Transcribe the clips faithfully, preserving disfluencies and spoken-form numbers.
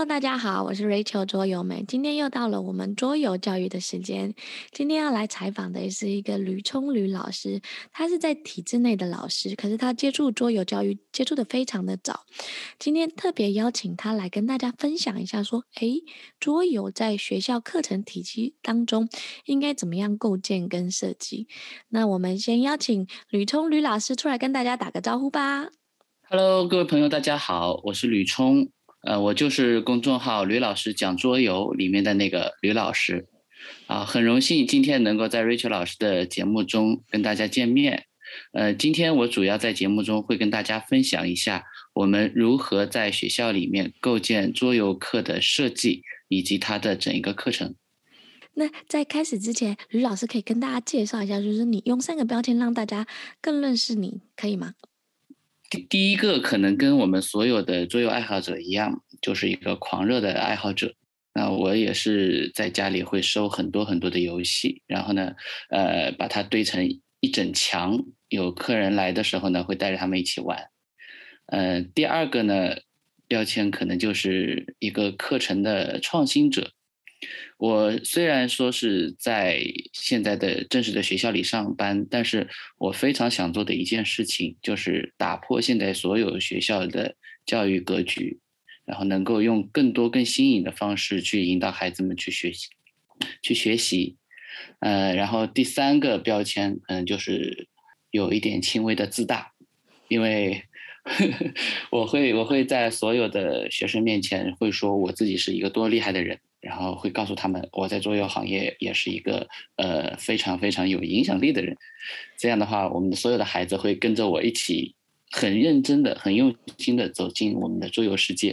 大家好，我是 Rachel 桌游美。今天又到了我们桌游教育的时间。今天要来采访的是一个吕聪吕老师，他是在体制内的老师，可是他接触桌游教育接触的非常的早。今天特别邀请他来跟大家分享一下，说，诶，桌游在学校课程体系当中应该怎么样构建跟设计？那我们先邀请吕聪吕老师出来跟大家打个招呼吧。 Hello，各位朋友，大家好，我是吕聪，呃，我就是公众号吕老师讲桌游里面的那个吕老师，啊，很荣幸今天能够在 Rachel 老师的节目中跟大家见面，呃，今天我主要在节目中会跟大家分享一下我们如何在学校里面构建桌游课的设计以及它的整一个课程。 那在开始之前，吕老师可以跟大家介绍一下，就是你用三个标签让大家更认识你，可以吗？ 第第一个可能跟我们所有的桌游爱好者一样，就是一个狂热的爱好者。那我也是在家里会收很多很多的游戏，然后呢，呃，把它堆成一整墙，有客人来的时候呢，会带着他们一起玩。呃，第二个呢，标签可能就是一个课程的创新者。我虽然说是在现在的正式的学校里上班，但是我非常想做的一件事情就是打破现在所有学校的教育格局，然后能够用更多更新颖的方式去引导孩子们去学习，去学习。呃，然后第三个标签可能就是有一点轻微的自大，因为我会我会在所有的学生面前会说我自己是一个多厉害的人，然后会告诉他们我在桌游行业也是一个呃非常非常有影响力的人。这样的话，我们所有的孩子会跟着我一起很认真的、很用心的走进我们的桌游世界。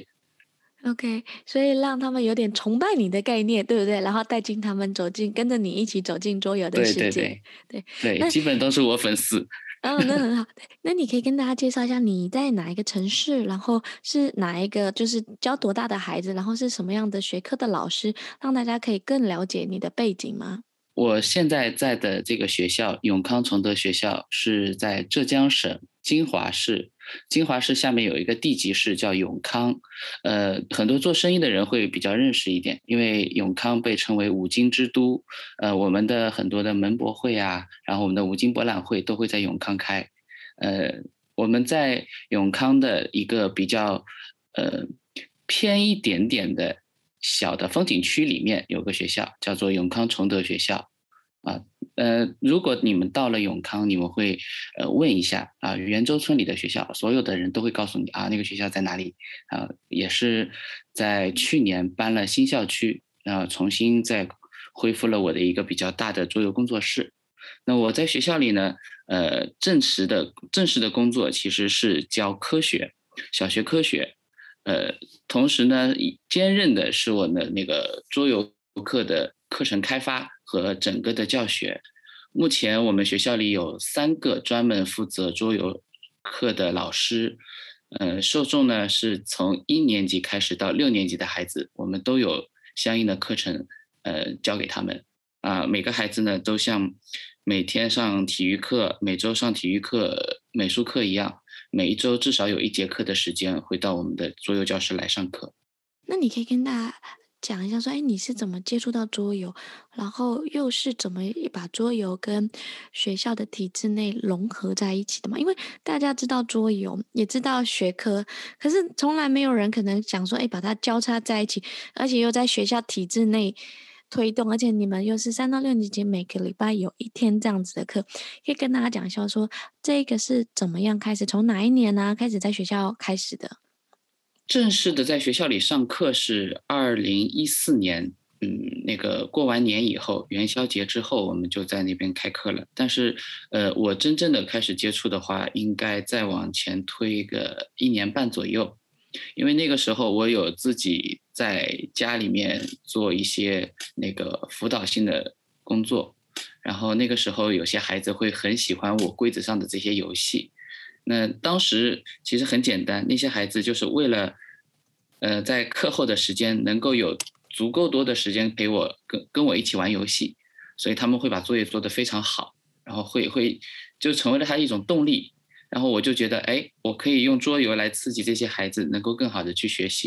OK，所以让他们有点崇拜你的概念，对不对？然后带进他们走进，跟着你一起走进桌游的世界。 对对对对， 对， 那基本都是我粉丝。 哦，那很好。对，那你可以跟大家介绍一下你在哪一个城市，然后是哪一个，就是教多大的孩子，然后是什么样的学科的老师，让大家可以更了解你的背景吗？ 我现在在的这个学校永康崇德学校是在浙江省金华市，金华市下面有一个地级市叫永康，呃，很多做生意的人会比较认识一点，因为永康被称为五金之都，呃，我们的很多的门博会啊，然后我们的五金博览会都会在永康开，呃，我们在永康的一个比较呃偏一点点的小的风景区里面有个学校叫做永康崇德学校。啊，呃，如果你们到了永康，你们会呃问一下啊，袁州村里的学校，所有的人都会告诉你啊，那个学校在哪里啊，也是在去年搬了新校区，然后重新再恢复了我的一个比较大的桌游工作室。那我在学校里呢，呃，正式的正式的工作其实是教科学，小学科学，呃，同时呢，兼任的是我的那个桌游课的课程开发和整个的教学。目前我们学校里有三个专门负责桌游课的老师，呃，受众呢是从一年级开始到六年级的孩子，我们都有相应的课程，呃，教给他们。啊，每个孩子呢都像每天上体育课、每周上体育课、美术课一样，每一周至少有一节课的时间会到我们的桌游教室来上课。 那你可以跟大家讲一下说，哎，你是怎么接触到桌游，然后又是怎么把桌游跟学校的体制内融合在一起的吗？因为大家知道桌游，也知道学科，可是从来没有人可能想说，哎，把它交叉在一起，而且又在学校体制内推动，而且你们又是三到六年级每个礼拜有一天这样子的课，可以跟大家讲一下说，这个是怎么样开始，从哪一年呢、开始在学校开始的？ 正式的在学校里上课是二零一四年，嗯，那个过完年以后，元宵节之后，我们就在那边开课了。但是，呃，我真正的开始接触的话，应该再往前推个一年半左右，因为那个时候我有自己在家里面做一些那个辅导性的工作，然后那个时候有些孩子会很喜欢我规则上的这些游戏。那当时其实很简单，那些孩子就是为了，呃，在课后的时间能够有足够多的时间陪我跟跟我一起玩游戏，所以他们会把作业做得非常好，然后会会就成为了他一种动力。然后我就觉得，哎，我可以用桌游来刺激这些孩子能够更好的去学习，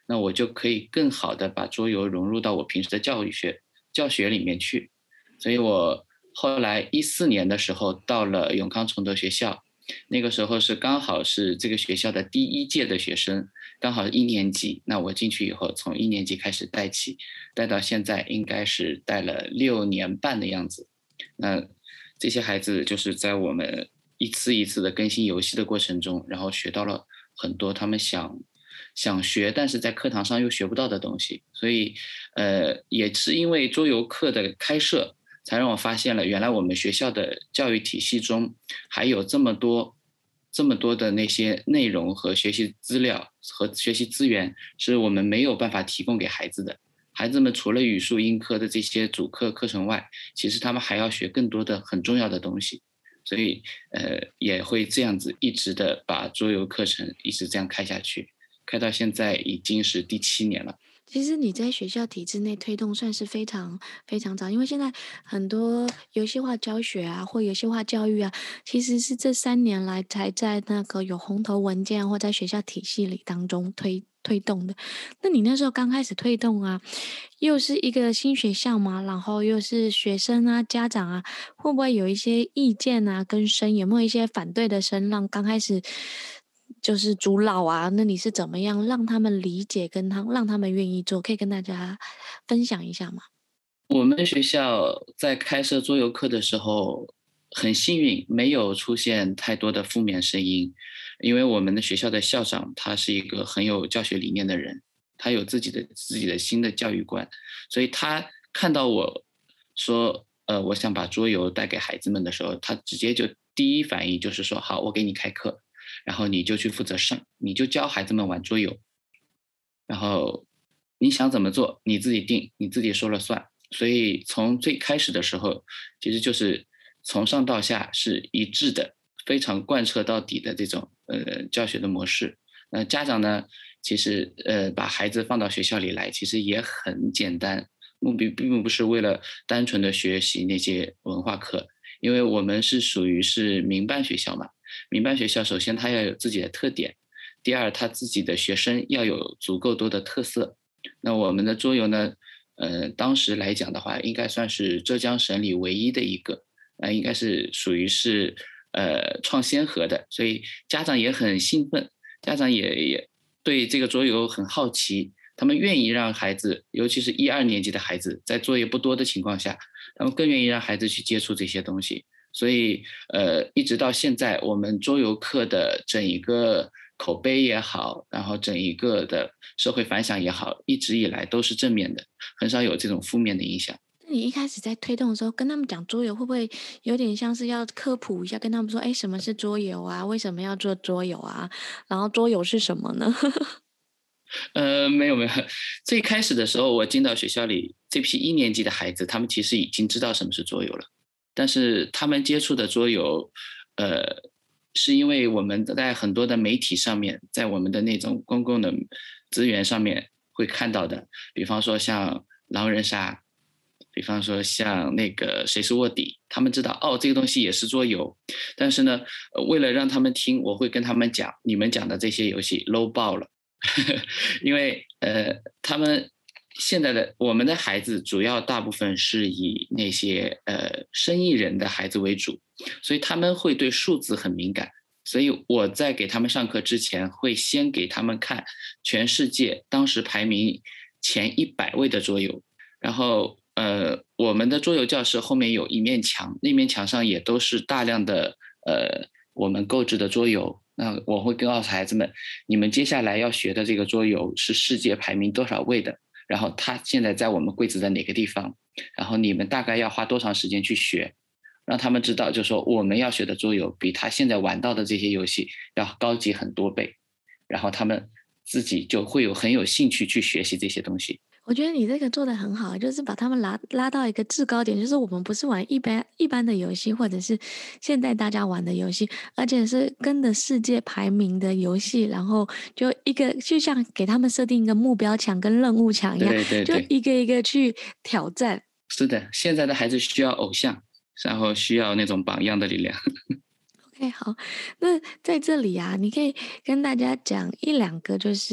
那我就可以更好的把桌游融入到我平时的教育学教学里面去。所以我后来一四年的时候到了永康崇德学校，那个时候是刚好是这个学校的第一届的学生，刚好一年级。那我进去以后，从一年级开始带起，带到现在应该是带了六年半的样子。那这些孩子就是在我们一次一次的更新游戏的过程中，然后学到了很多他们想想学，但是在课堂上又学不到的东西。所以，呃，也是因为桌游课的开设，才让我发现了原来我们学校的教育体系中还有这么多这么多的那些内容和学习资料和学习资源是我们没有办法提供给孩子的。孩子们除了语数英科的这些主课课程外，其实他们还要学更多的很重要的东西。所以呃也会这样子一直的把桌游课程一直这样开下去，开到现在已经是第七年了。 其实你在学校体制内推动算是非常非常早，因为现在很多游戏化教学啊，或游戏化教育啊，其实是这三年来才在那个有红头文件或在学校体系里当中推推动的。那你那时候刚开始推动啊，又是一个新学校嘛，然后又是学生啊、家长啊，会不会有一些意见啊跟声，有没有一些反对的声浪？刚开始就是阻挠啊，那你是怎么样让他们理解，跟他让他们愿意做？可以跟大家分享一下吗？ 我们学校在开设桌游课的时候，很幸运没有出现太多的负面声音，因为我们的学校的校长他是一个很有教学理念的人，他有自己的自己的新的教育观，所以他看到我说，呃，我想把桌游带给孩子们的时候，他直接就第一反应就是说，好，我给你开课，然后你就去负责上，你就教孩子们玩桌游，然后你想怎么做你自己定，你自己说了算。所以从最开始的时候，其实就是从上到下是一致的，非常贯彻到底的这种呃教学的模式。那家长呢，其实呃把孩子放到学校里来，其实也很简单，目的并不是为了单纯的学习那些文化课，因为我们是属于是民办学校嘛，民办学校首先它要有自己的特点，第二它自己的学生要有足够多的特色。那我们的桌游呢？呃，当时来讲的话，应该算是浙江省里唯一的一个，呃，应该是属于是呃创先河的，所以家长也很兴奋，家长也也对这个桌游很好奇，他们愿意让孩子，尤其是一二年级的孩子，在作业不多的情况下，他们更愿意让孩子去接触这些东西，所以呃，一直到现在，我们桌游课的整一个口碑也好，然后整一个的社会反响也好，一直以来都是正面的，很少有这种负面的影响。 那你一开始在推动的时候，跟他们讲桌游，会不会有点像是要科普一下，跟他们说，哎，什么是桌游啊？为什么要做桌游啊？然后桌游是什么呢？ 呃，没有没有，最开始的时候，我进到学校里，这批一年级的孩子，他们其实已经知道什么是桌游了，但是他们接触的桌游，呃，是因为我们在很多的媒体上面，在我们的那种公共的资源上面会看到的，比方说像狼人杀，比方说像那个谁是卧底，他们知道哦，这个东西也是桌游，但是呢，呃为了让他们听，我会跟他们讲，你们讲的这些游戏 low 爆了。因为呃，他们现在的我们的孩子主要大部分是以那些呃生意人的孩子为主，所以他们会对数字很敏感。所以我在给他们上课之前，会先给他们看全世界当时排名前一百位的桌游，然后呃，我们的桌游教室后面有一面墙，那面墙上也都是大量的呃我们购置的桌游。那我会告诉孩子们，你们接下来要学的这个桌游是世界排名多少位的，然后它现在在我们柜子的哪个地方，然后你们大概要花多长时间去学，让他们知道，就是说我们要学的桌游比他现在玩到的这些游戏要高级很多倍，然后他们自己就会有很有兴趣去学习这些东西。 我觉得你这个做的很好，就是把他们拉拉到一个制高点，就是我们不是玩一般一般的游戏，或者是现在大家玩的游戏，而且是跟着世界排名的游戏，然后就一个就像给他们设定一个目标墙跟任务墙一样，就对对对， 一个一个去挑战。 是的，现在的孩子需要偶像，然后需要那种榜样的力量。 OK，好，那在这里啊，你可以跟大家讲一两个就是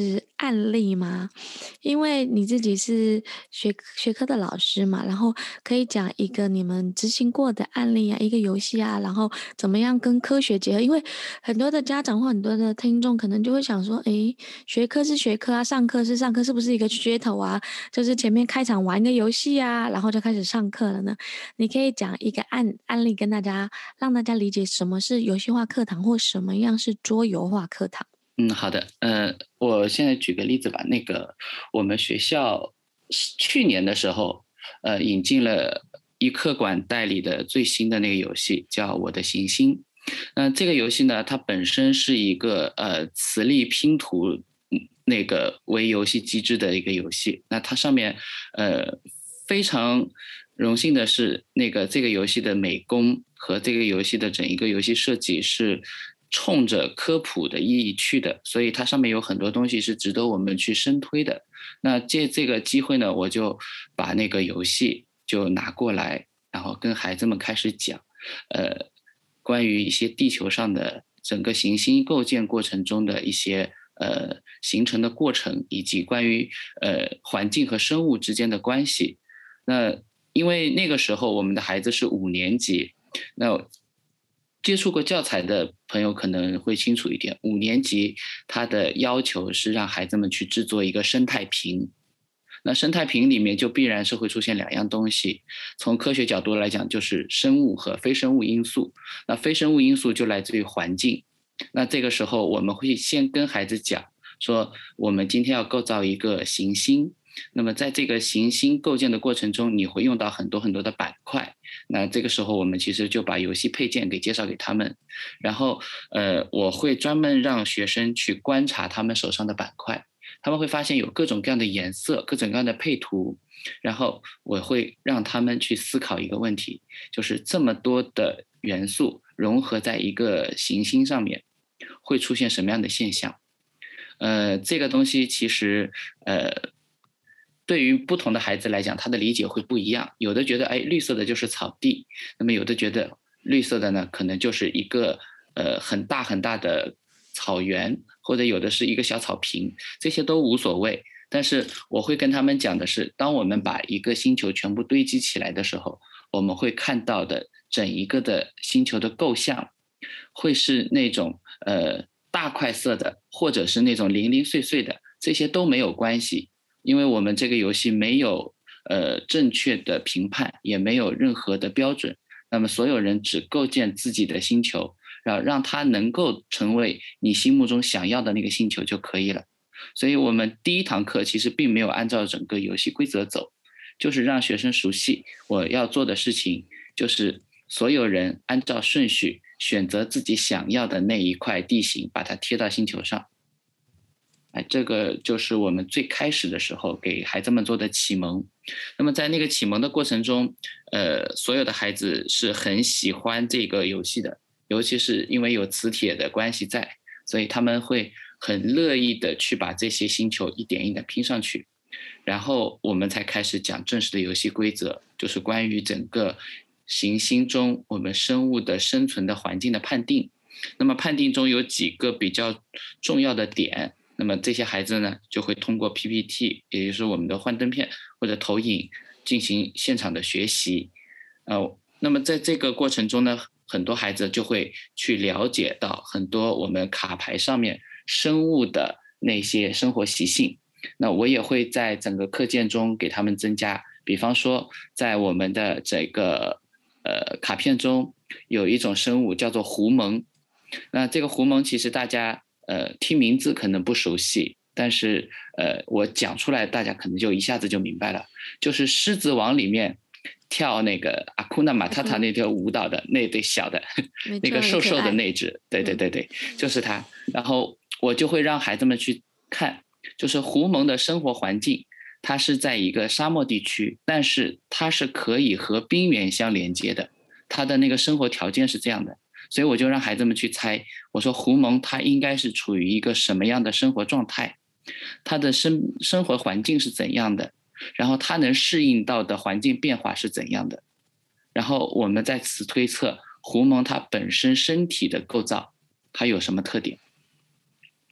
案例吗？因为你自己是学学科的老师嘛，然后可以讲一个你们执行过的案例啊，一个游戏啊，然后怎么样跟科学结合？因为很多的家长或很多的听众可能就会想说，诶，学科是学科啊，上课是上课，是不是一个噱头啊？就是前面开场玩一个游戏啊，然后就开始上课了呢？你可以讲一个案案例跟大家，让大家理解什么是游戏化课堂，或什么样是桌游化课堂。 嗯，好的，呃，我现在举个例子吧。那个我们学校去年的时候，呃，引进了一课馆代理的最新的那个游戏，叫《我的行星》。那、呃、这个游戏呢，它本身是一个呃磁力拼图那个为游戏机制的一个游戏。那它上面呃非常荣幸的是，那个这个游戏的美工和这个游戏的整一个游戏设计是冲着科普的意义去的，所以它上面有很多东西是值得我们去深推的。那借这个机会呢，我就把那个游戏就拿过来，然后跟孩子们开始讲，呃，关于一些地球上的整个行星构建过程中的一些呃形成的过程，以及关于呃环境和生物之间的关系。那因为那个时候我们的孩子是五年级，那接触过教材的朋友可能会清楚一点，五年级它的要求是让孩子们去制作一个生态瓶。那生态瓶里面就必然是会出现两样东西，从科学角度来讲就是生物和非生物因素。那非生物因素就来自于环境。那这个时候我们会先跟孩子讲说，我们今天要构造一个行星，那么在这个行星构建的过程中，你会用到很多很多的板块。那这个时候我们其实就把游戏配件给介绍给他们，然后呃，我会专门让学生去观察他们手上的板块，他们会发现有各种各样的颜色，各种各样的配图，然后我会让他们去思考一个问题，就是这么多的元素融合在一个行星上面，会出现什么样的现象？呃，这个东西其实呃。对于不同的孩子来讲，他的理解会不一样。有的觉得，哎，绿色的就是草地；那么有的觉得绿色的呢，可能就是一个呃很大很大的草原，或者有的是一个小草坪，这些都无所谓。但是我会跟他们讲的是，当我们把一个星球全部堆积起来的时候，我们会看到的整一个的星球的构象，会是那种呃大块色的，或者是那种零零碎碎的，这些都没有关系。因为我们这个游戏没有呃正确的评判，也没有任何的标准，那么所有人只构建自己的星球，然后让它能够成为你心目中想要的那个星球就可以了。所以我们第一堂课其实并没有按照整个游戏规则走，就是让学生熟悉我要做的事情，就是所有人按照顺序选择自己想要的那一块地形，把它贴到星球上。哎，这个就是我们最开始的时候给孩子们做的启蒙。那么在那个启蒙的过程中，呃，所有的孩子是很喜欢这个游戏的，尤其是因为有磁铁的关系在，所以他们会很乐意的去把这些星球一点一点拼上去。然后我们才开始讲正式的游戏规则，就是关于整个行星中我们生物的生存的环境的判定。那么判定中有几个比较重要的点，那么这些孩子呢，就会通过 P P T， 也就是我们的幻灯片或者投影进行现场的学习。呃，那么在这个过程中呢，很多孩子就会去了解到很多我们卡牌上面生物的那些生活习性。那我也会在整个课件中给他们增加，比方说在我们的这个呃卡片中有一种生物叫做狐獴。那这个狐獴其实大家呃听名字可能不熟悉，但是呃我讲出来大家可能就一下子就明白了，就是狮子王里面跳那个阿库纳马塔塔那条舞蹈的那对小的那个瘦瘦的那只，对对对对，就是它。然后我就会让孩子们去看，就是狐獴的生活环境，它是在一个沙漠地区，但是它是可以和冰原相连接的，它的那个生活条件是这样的。所以我就让孩子们去猜，我说狐獴它应该是处于一个什么样的生活状态，它的生生活环境是怎样的，然后它能适应到的环境变化是怎样的，然后我们在此推测狐獴它本身身体的构造它有什么特点。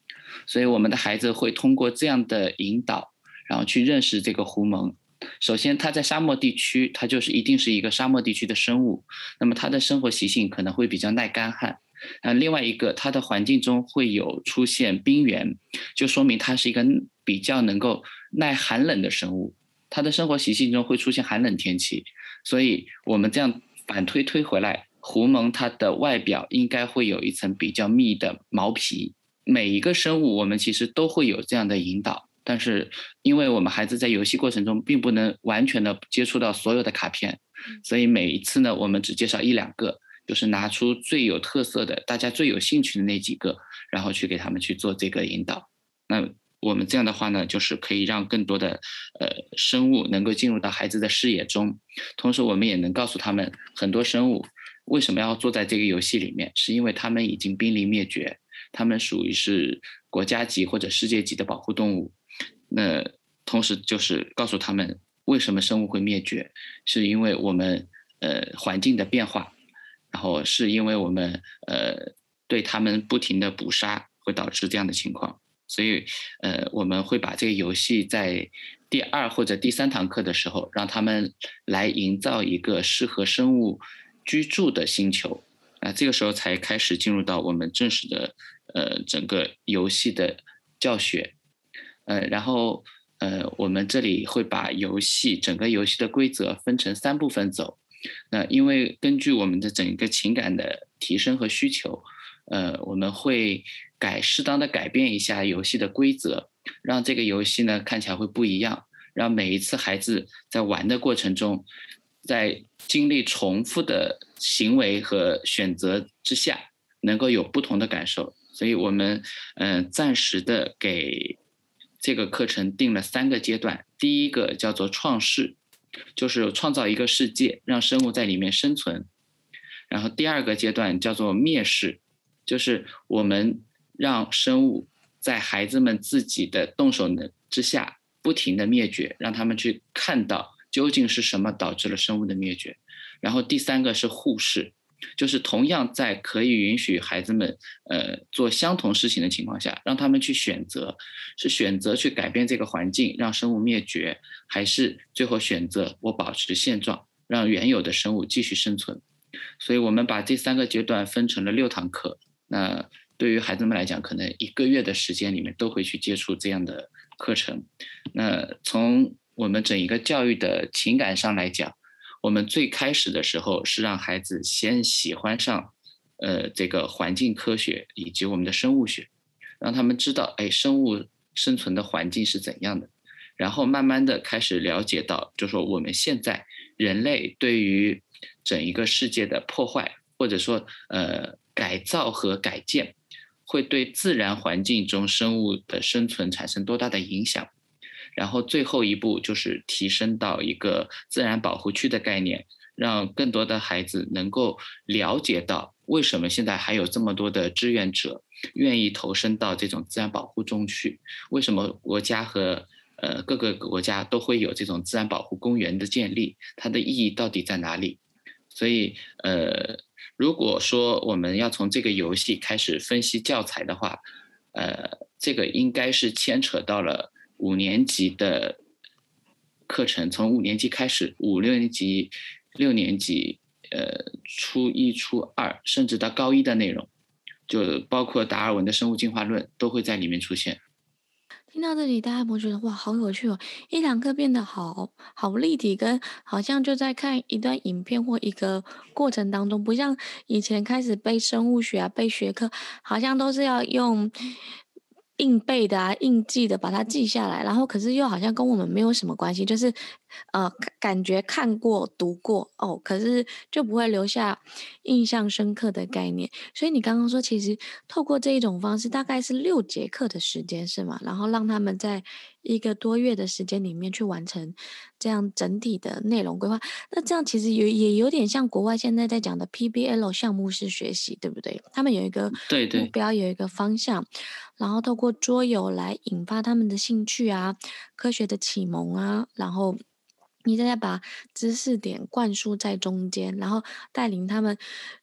所以我们的孩子会通过这样的引导，然后去认识这个狐獴。首先，它在沙漠地区，它就是一定是一个沙漠地区的生物，那么它的生活习性可能会比较耐干旱。啊，另外一个，它的环境中会有出现冰原，就说明它是一个比较能够耐寒冷的生物，它的生活习性中会出现寒冷天气。所以我们这样反推推回来，狐獴它的外表应该会有一层比较密的毛皮。每一个生物我们其实都会有这样的引导，但是因为我们孩子在游戏过程中并不能完全的接触到所有的卡片，所以每一次呢，我们只介绍一两个，就是拿出最有特色的、大家最有兴趣的那几个，然后去给他们去做这个引导。那我们这样的话呢，就是可以让更多的呃生物能够进入到孩子的视野中，同时我们也能告诉他们，很多生物为什么要坐在这个游戏里面，是因为他们已经濒临灭绝，他们属于是国家级或者世界级的保护动物。那同时就是告诉他们，为什么生物会灭绝，是因为我们呃环境的变化，然后是因为我们呃对他们不停的捕杀，会导致这样的情况。所以呃我们会把这个游戏在第二或者第三堂课的时候，让他们来营造一个适合生物居住的星球。那这个时候才开始进入到我们正式的呃整个游戏的教学。呃，然后呃，我们这里会把游戏整个游戏的规则分成三部分走。那因为根据我们的整个情感的提升和需求，呃，我们会改适当的改变一下游戏的规则，让这个游戏呢看起来会不一样，让每一次孩子在玩的过程中，在经历重复的行为和选择之下，能够有不同的感受。所以我们嗯、呃、暂时的给这个课程定了三个阶段。第一个叫做创世，就是创造一个世界，让生物在里面生存。然后第二个阶段叫做灭世，就是我们让生物在孩子们自己的动手能之下不停的灭绝，让他们去看到究竟是什么导致了生物的灭绝。然后第三个是互视，就是同样在可以允许孩子们呃做相同事情的情况下，让他们去选择，是选择去改变这个环境让生物灭绝，还是最后选择我保持现状让原有的生物继续生存。所以我们把这三个阶段分成了六堂课，那对于孩子们来讲，可能一个月的时间里面都会去接触这样的课程。那从我们整一个教育的情感上来讲，我们最开始的时候是让孩子先喜欢上呃这个环境科学以及我们的生物学，让他们知道哎生物生存的环境是怎样的，然后慢慢的开始了解到，就说我们现在人类对于整一个世界的破坏，或者说呃改造和改建，会对自然环境中生物的生存产生多大的影响。然后最后一步就是提升到一个自然保护区的概念，让更多的孩子能够了解到为什么现在还有这么多的志愿者愿意投身到这种自然保护中去，为什么国家和呃各个国家都会有这种自然保护公园的建立，它的意义到底在哪里。所以呃如果说我们要从这个游戏开始分析教材的话，呃这个应该是牵扯到了五年级的课程，从五年级开始，五六年级、六年级，呃，初一、初二，甚至到高一的内容，就包括达尔文的生物进化论都会在里面出现。 听到这里，大家有没有觉得哇，好有趣哦！一堂课变得好好立体，跟好像就在看一段影片或一个过程当中，不像以前开始背生物学啊、背学科，好像都是要用硬背的啊、硬记的把它记下来，然后可是又好像跟我们没有什么关系，就是呃感觉看过、读过哦，可是就不会留下印象深刻的概念。所以你刚刚说，其实透过这一种方式，大概是六节课的时间，是吗？然后让他们在一个多月的时间里面去完成这样整体的内容规划。那这样其实也也有点像国外现在在讲的 P B L 项目式学习，对不对？他们有一个对对。 目标，有一个方向，然后透过桌游来引发他们的兴趣啊，科学的启蒙啊，然后你再把知识点灌输在中间，然后带领他们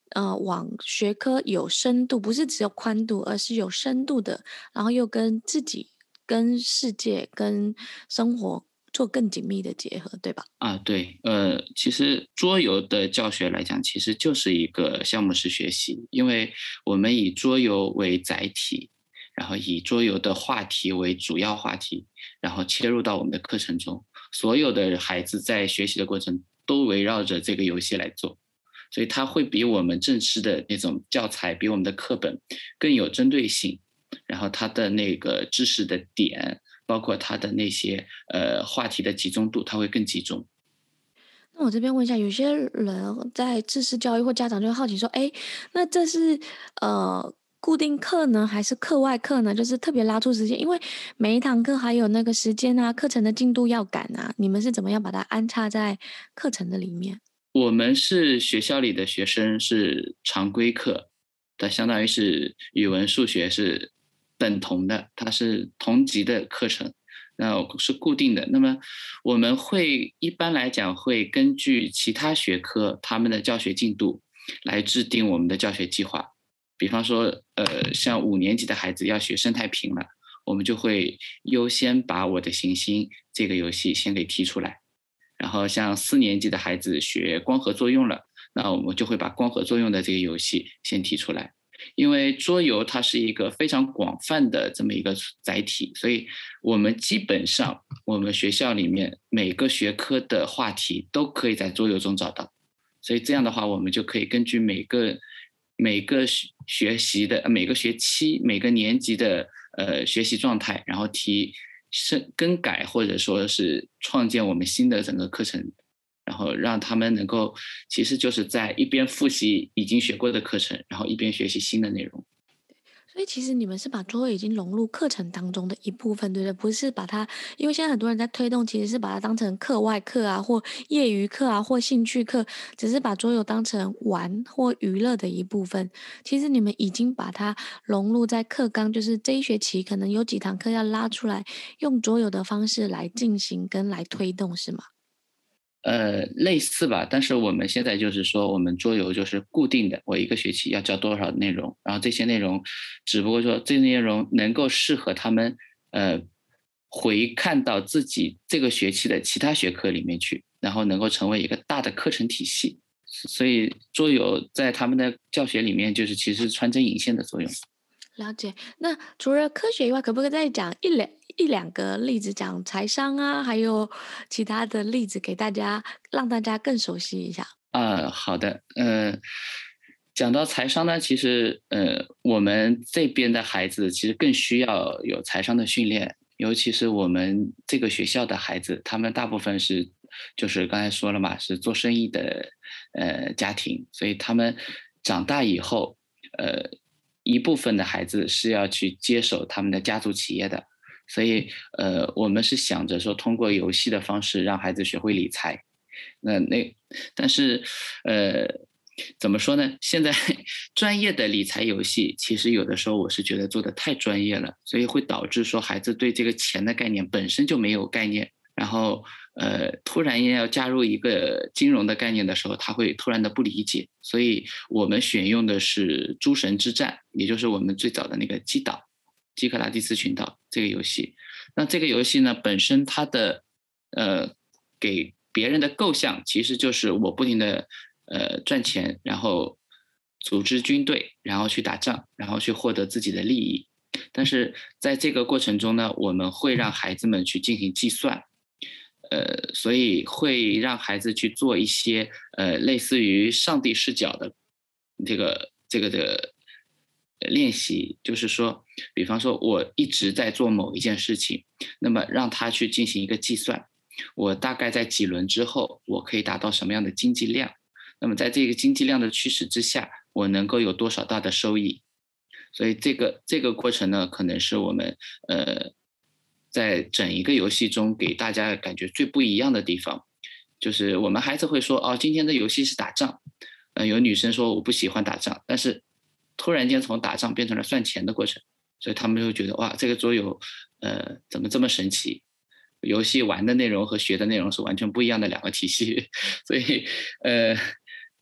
呃，往学科有深度，不是只有宽度，而是有深度的，然后又跟自己、跟世界、跟生活做更紧密的结合，对吧？ 啊，对，呃，其实桌游的教学来讲，其实就是一个项目式学习，因为我们以桌游为载体，然后以桌游的话题为主要话题，然后切入到我们的课程中，所有的孩子在学习的过程都围绕着这个游戏来做，所以它会比我们正式的那种教材，比我们的课本更有针对性，然后它的那个知识的点。包括它的那些呃话题的集中度，它会更集中。 那我这边问一下，有些人在知识教育或家长就会好奇说，哎，那这是呃固定课呢，还是课外课呢？就是特别拉出时间，因为每一堂课还有那个时间啊，课程的进度要赶啊，你们是怎么样把它安插在课程的里面？ 我们是学校里的学生是常规课，它相当于是语文、数学是等同的，它是同级的课程，那是固定的。那么我们会一般来讲会根据其他学科他们的教学进度来制定我们的教学计划。比方说，呃，像五年级的孩子要学生态屏了，我们就会优先把《我的行星》这个游戏先给提出来。然后像四年级的孩子学光合作用了，那我们就会把光合作用的这个游戏先提出来。因为桌游它是一个非常广泛的这么一个载体，所以我们基本上我们学校里面每个学科的话题都可以在桌游中找到。所以这样的话，我们就可以根据每个每个学习的每个学期每个年级的呃学习状态，然后提是更改或者说是创建我们新的整个课程，然后让他们能够其实就是在一边复习已经学过的课程，然后一边学习新的内容。 所以其实你们是把桌游已经融入课程当中的一部分，对不对？不是把它，因为现在很多人在推动，其实是把它当成课外课啊，或业余课啊，或兴趣课，只是把桌游当成玩或娱乐的一部分。其实你们已经把它融入在课纲，就是这一学期可能有几堂课要拉出来，用桌游的方式来进行跟来推动，是吗？ 呃，类似吧，但是我们现在就是说，我们桌游就是固定的，我一个学期要教多少内容，然后这些内容，只不过说这些内容能够适合他们，呃，回看到自己这个学期的其他学科里面去，然后能够成为一个大的课程体系。所以桌游在他们的教学里面，就是其实穿针引线的作用。 了解。那除了科学以外，可不可以再讲一两一两个例子，讲财商啊，还有其他的例子给大家，让大家更熟悉一下？ 啊，好的，呃，讲到财商呢，其实呃，我们这边的孩子其实更需要有财商的训练，尤其是我们这个学校的孩子，他们大部分是就是刚才说了嘛，是做生意的呃家庭，所以他们长大以后，呃，一部分的孩子是要去接手他们的家族企业的，所以呃，我们是想着说，通过游戏的方式让孩子学会理财。那那，但是，呃，怎么说呢？现在专业的理财游戏，其实有的时候我是觉得做的太专业了，所以会导致说孩子对这个钱的概念本身就没有概念，然后呃，突然间要加入一个金融的概念的时候，他会突然的不理解。所以我们选用的是《诸神之战》，也就是我们最早的那个基岛，基克拉蒂斯群岛这个游戏。那这个游戏呢，本身它的呃给别人的构象其实就是我不停的呃赚钱，然后组织军队，然后去打仗，然后去获得自己的利益。但是在这个过程中呢，我们会让孩子们去进行计算，呃，所以会让孩子去做一些呃类似于上帝视角的这个这个的练习，就是说，比方说我一直在做某一件事情，那么让他去进行一个计算，我大概在几轮之后，我可以达到什么样的经济量？那么在这个经济量的驱使之下，我能够有多少大的收益？所以这个这个过程呢，可能是我们呃在整一个游戏中给大家感觉最不一样的地方，就是我们孩子会说哦，今天的游戏是打仗，呃，有女生说我不喜欢打仗，但是突然间从打仗变成了算钱的过程，所以他们就觉得哇，这个桌游呃怎么这么神奇？游戏玩的内容和学的内容是完全不一样的两个体系，所以呃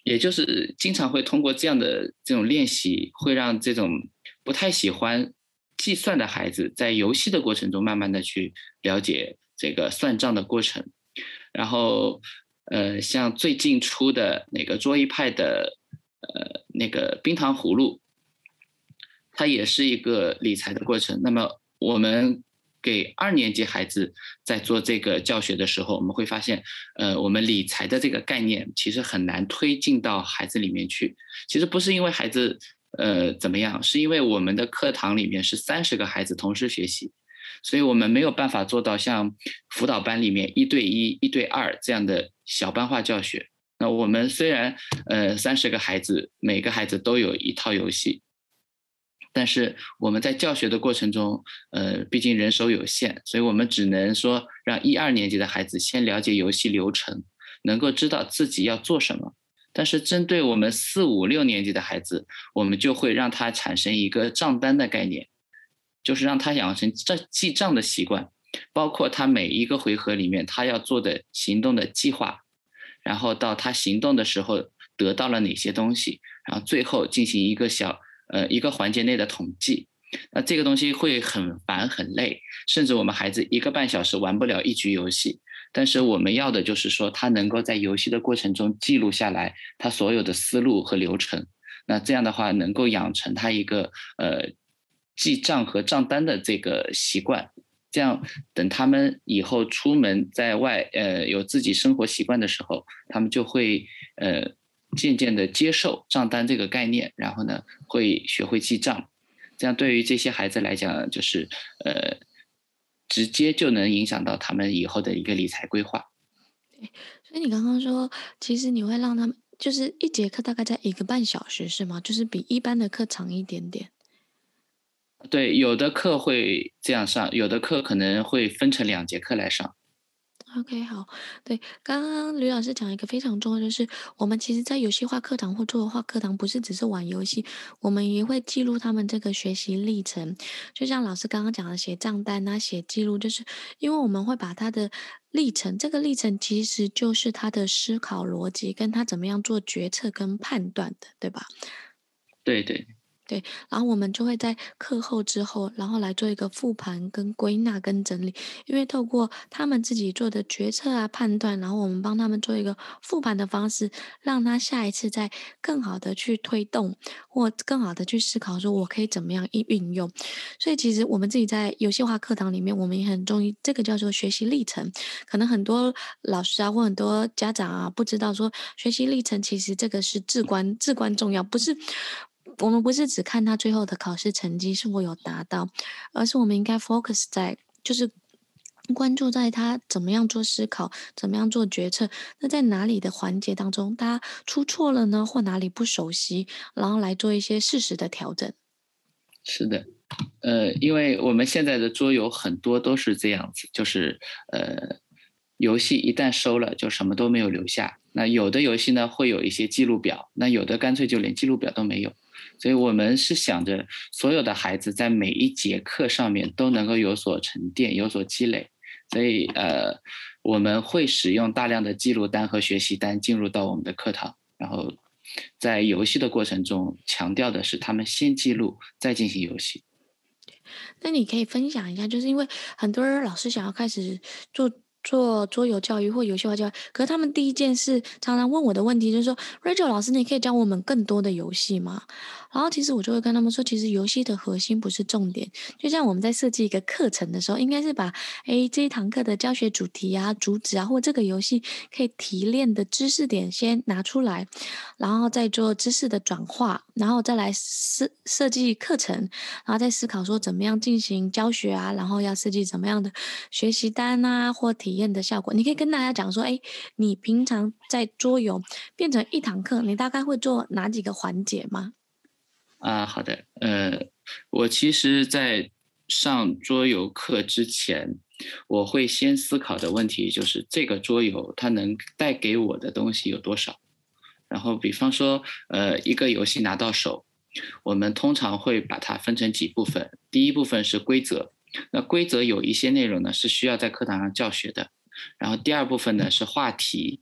也就是经常会通过这样的这种练习，会让这种不太喜欢计算的孩子，在游戏的过程中慢慢的去了解这个算账的过程。然后，呃，像最近出的那个桌一派的，呃，那个冰糖葫芦，它也是一个理财的过程。那么我们给二年级孩子在做这个教学的时候，我们会发现，呃，我们理财的这个概念其实很难推进到孩子里面去。其实不是因为孩子呃怎么样，是因为我们的课堂里面是三十个孩子同时学习，所以我们没有办法做到像辅导班里面一对一、一对二这样的小班化教学。那我们虽然呃三十个孩子，每个孩子都有一套游戏，但是我们在教学的过程中，呃，毕竟人手有限，所以我们只能说让一二年级的孩子先了解游戏流程，能够知道自己要做什么。但是针对我们四五六年级的孩子，我们就会让他产生一个账单的概念，就是让他养成这记账的习惯，包括他每一个回合里面他要做的行动的计划，然后到他行动的时候得到了哪些东西，然后最后进行一个小呃一个环节内的统计。那这个东西会很烦很累，甚至我们孩子一个半小时玩不了一局游戏。但是我们要的就是说，他能够在游戏的过程中记录下来他所有的思路和流程。那这样的话，能够养成他一个呃记账和账单的这个习惯。这样等他们以后出门在外，呃，有自己生活习惯的时候，他们就会呃渐渐的接受账单这个概念，然后呢，会学会记账。这样对于这些孩子来讲，就是呃，直接就能影响到他们以后的一个理财规划。 对，所以你刚刚说，其实你会让他们就是一节课大概在一个半小时是吗？就是比一般的课长一点点。 对，有的课会这样上，有的课可能会分成两节课来上。 OK，好，对，刚刚吕老师讲一个非常重要，就是我们其实，在游戏化课堂或桌游化课堂，不是只是玩游戏，我们也会记录他们这个学习历程。就像老师刚刚讲的，写账单啊，写记录，就是因为我们会把他的历程，这个历程其实就是他的思考逻辑，跟他怎么样做决策跟判断的，对吧？ 对对。 对，然后我们就会在课后之后，然后来做一个复盘、跟归纳、跟整理。因为透过他们自己做的决策啊、判断，然后我们帮他们做一个复盘的方式，让他下一次再更好的去推动，或更好的去思考，说我可以怎么样运运用。所以其实我们自己在游戏化课堂里面，我们也很重意这个叫做学习历程。可能很多老师啊，或很多家长啊，不知道说学习历程其实这个是至关至关重要，不是我们不是只看他最后的考试成绩是否有达到，而是我们应该 focus 在就是关注在他怎么样做思考，怎么样做决策，那在哪里的环节当中，他出错了呢，或哪里不熟悉，然后来做一些适时的调整。 是的，呃，因为我们现在的桌游很多都是这样子，就是呃，游戏一旦收了，就什么都没有留下。那有的游戏呢会有一些记录表，那有的干脆就连记录表都没有。所以我们是想着所有的孩子在每一节课上面都能够有所沉淀、有所积累。所以呃，我们会使用大量的记录单和学习单进入到我们的课堂，然后在游戏的过程中强调的是他们先记录，再进行游戏。 那你可以分享一下，就是因为很多人老师想要开始做做桌游教育或游戏化教育，可是他们第一件事常常问我的问题就是说："Rachel 老师，你可以教我们更多的游戏吗？"然后其实我就会跟他们说，其实游戏的核心不是重点，就像我们在设计一个课程的时候，应该是把诶这一堂课的教学主题啊、主旨啊，或这个游戏可以提炼的知识点先拿出来，然后再做知识的转化，然后再来设设计课程，然后再思考说怎么样进行教学啊，然后要设计怎么样的学习单啊，或体验的效果。你可以跟大家讲说，哎，你平常在桌游变成一堂课，你大概会做哪几个环节吗？ 啊，好的，呃，我其实在上桌游课之前，我会先思考的问题就是这个桌游它能带给我的东西有多少。然后比方说，呃，一个游戏拿到手，我们通常会把它分成几部分。第一部分是规则，那规则有一些内容呢是需要在课堂上教学的。然后第二部分呢是话题，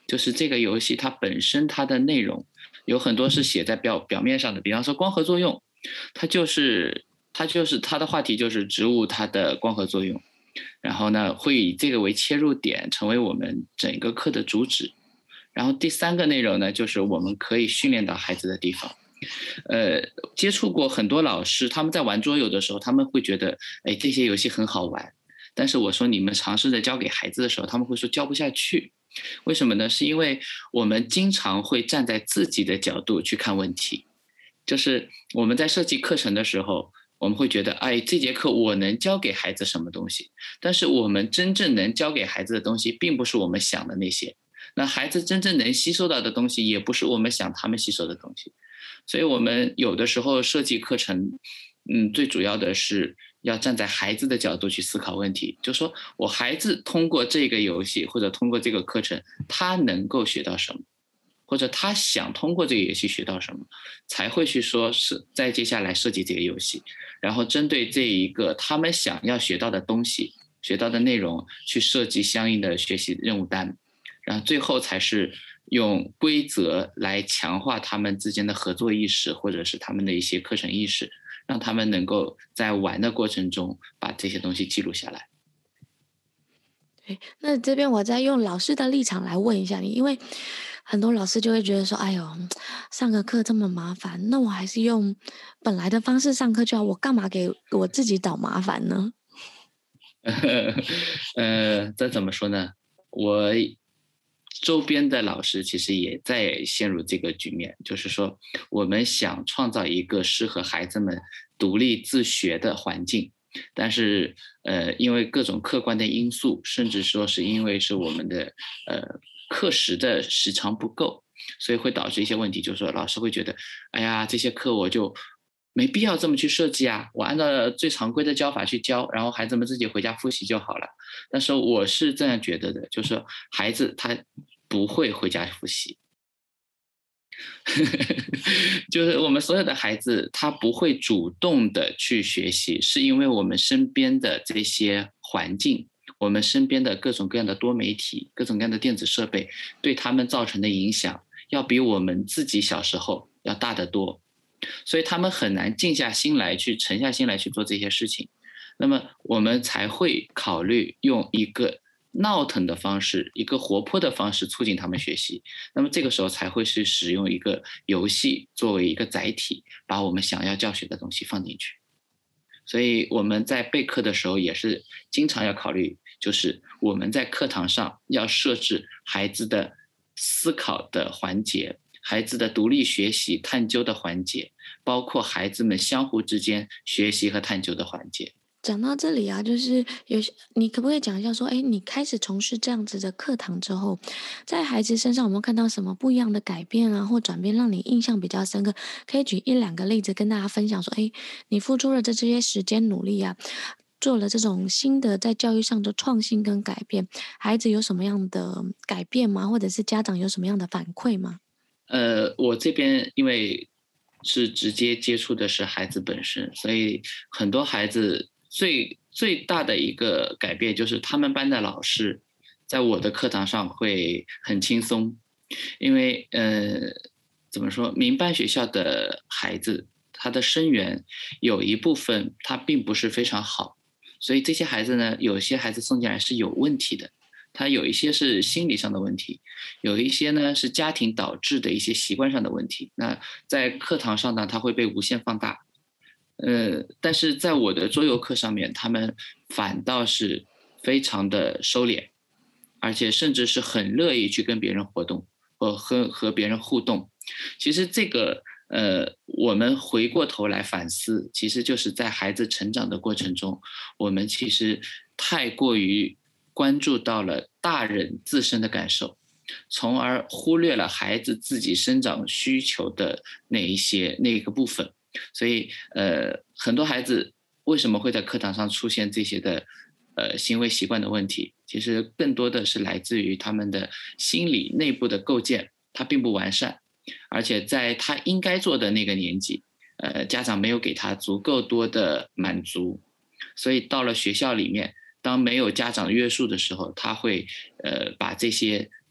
就是这个游戏它本身它的内容有很多是写在表表面上的，比方说光合作用，它就是它就是它的话题就是植物它的光合作用，然后呢会以这个为切入点，成为我们整个课的主旨。然后第三个内容呢，就是我们可以训练到孩子的地方。呃，接触过很多老师，他们在玩桌游的时候，他们会觉得，哎，这些游戏很好玩。但是我说你们尝试着教给孩子的时候，他们会说教不下去。为什么呢？是因为我们经常会站在自己的角度去看问题，就是我们在设计课程的时候，我们会觉得，哎，这节课我能教给孩子什么东西？但是我们真正能教给孩子的东西，并不是我们想的那些。那孩子真正能吸收到的东西，也不是我们想他们吸收的东西。所以我们有的时候设计课程，嗯，最主要的是要站在孩子的角度去思考问题，就说我孩子通过这个游戏或者通过这个课程，他能够学到什么，或者他想通过这个游戏学到什么，才会去说是再接下来设计这个游戏，然后针对这一个他们想要学到的东西、学到的内容去设计相应的学习任务单，然后最后才是用规则来强化他们之间的合作意识，或者是他们的一些课程意识，让他们能够在玩的过程中把这些东西记录下来。 对，那这边我再用老师的立场来问一下你，因为很多老师就会觉得说，哎呦，上个课这么麻烦，那我还是用本来的方式上课就好，我干嘛给我自己找麻烦呢？ 呃，这怎么说呢？我周边的老师其实也在陷入这个局面，就是说我们想创造一个适合孩子们独立自学的环境，但是呃，因为各种客观的因素，甚至说是因为是我们的呃课时的时长不够，所以会导致一些问题，就是说老师会觉得，哎呀，这些课我就没必要这么去设计啊，我按照最常规的教法去教，然后孩子们自己回家复习就好了。但是我是这样觉得的，就是孩子他不会回家复习，就是我们所有的孩子他不会主动的去学习，是因为我们身边的这些环境，我们身边的各种各样的多媒体、各种各样的电子设备对他们造成的影响，要比我们自己小时候要大得多。所以他们很难静下心来去沉下心来去做这些事情，那么我们才会考虑用一个闹腾的方式，一个活泼的方式促进他们学习。那么这个时候才会是使用一个游戏作为一个载体，把我们想要教学的东西放进去。所以我们在备课的时候也是经常要考虑，就是我们在课堂上要设置孩子的思考的环节，孩子的独立学习探究的环节，包括孩子们相互之间学习和探究的环节。 讲到这里啊，就是有些你可不可以讲一下说，哎，你开始从事这样子的课堂之后，在孩子身上有没有看到什么不一样的改变啊，或转变，让你印象比较深刻？可以举一两个例子跟大家分享说，哎，你付出了这这些时间努力啊，做了这种新的在教育上的创新跟改变，孩子有什么样的改变吗？或者是家长有什么样的反馈吗？ 呃，我这边因为是直接接触的是孩子本身，所以很多孩子最最大的一个改变就是他们班的老师在我的课堂上会很轻松，因为呃，怎么说，民办学校的孩子他的生源有一部分他并不是非常好，所以这些孩子呢，有些孩子送进来是有问题的，他有一些是心理上的问题，有一些呢是家庭导致的一些习惯上的问题。那在课堂上呢，他会被无限放大。呃，但是在我的桌游课上面，他们反倒是非常的收敛，而且甚至是很乐意去跟别人活动，或和和别人互动。其实这个呃，我们回过头来反思，其实就是在孩子成长的过程中，我们其实太过于关注到了大人自身的感受，从而忽略了孩子自己生长需求的那一些那一个部分。所以呃，很多孩子为什么会在课堂上出现这些的呃行为习惯的问题，其实更多的是来自于他们的心理内部的构建，它并不完善，而且在他应该做的那个年纪，呃，家长没有给他足够多的满足，所以到了学校里面，当没有家长约束的时候，他会呃把这些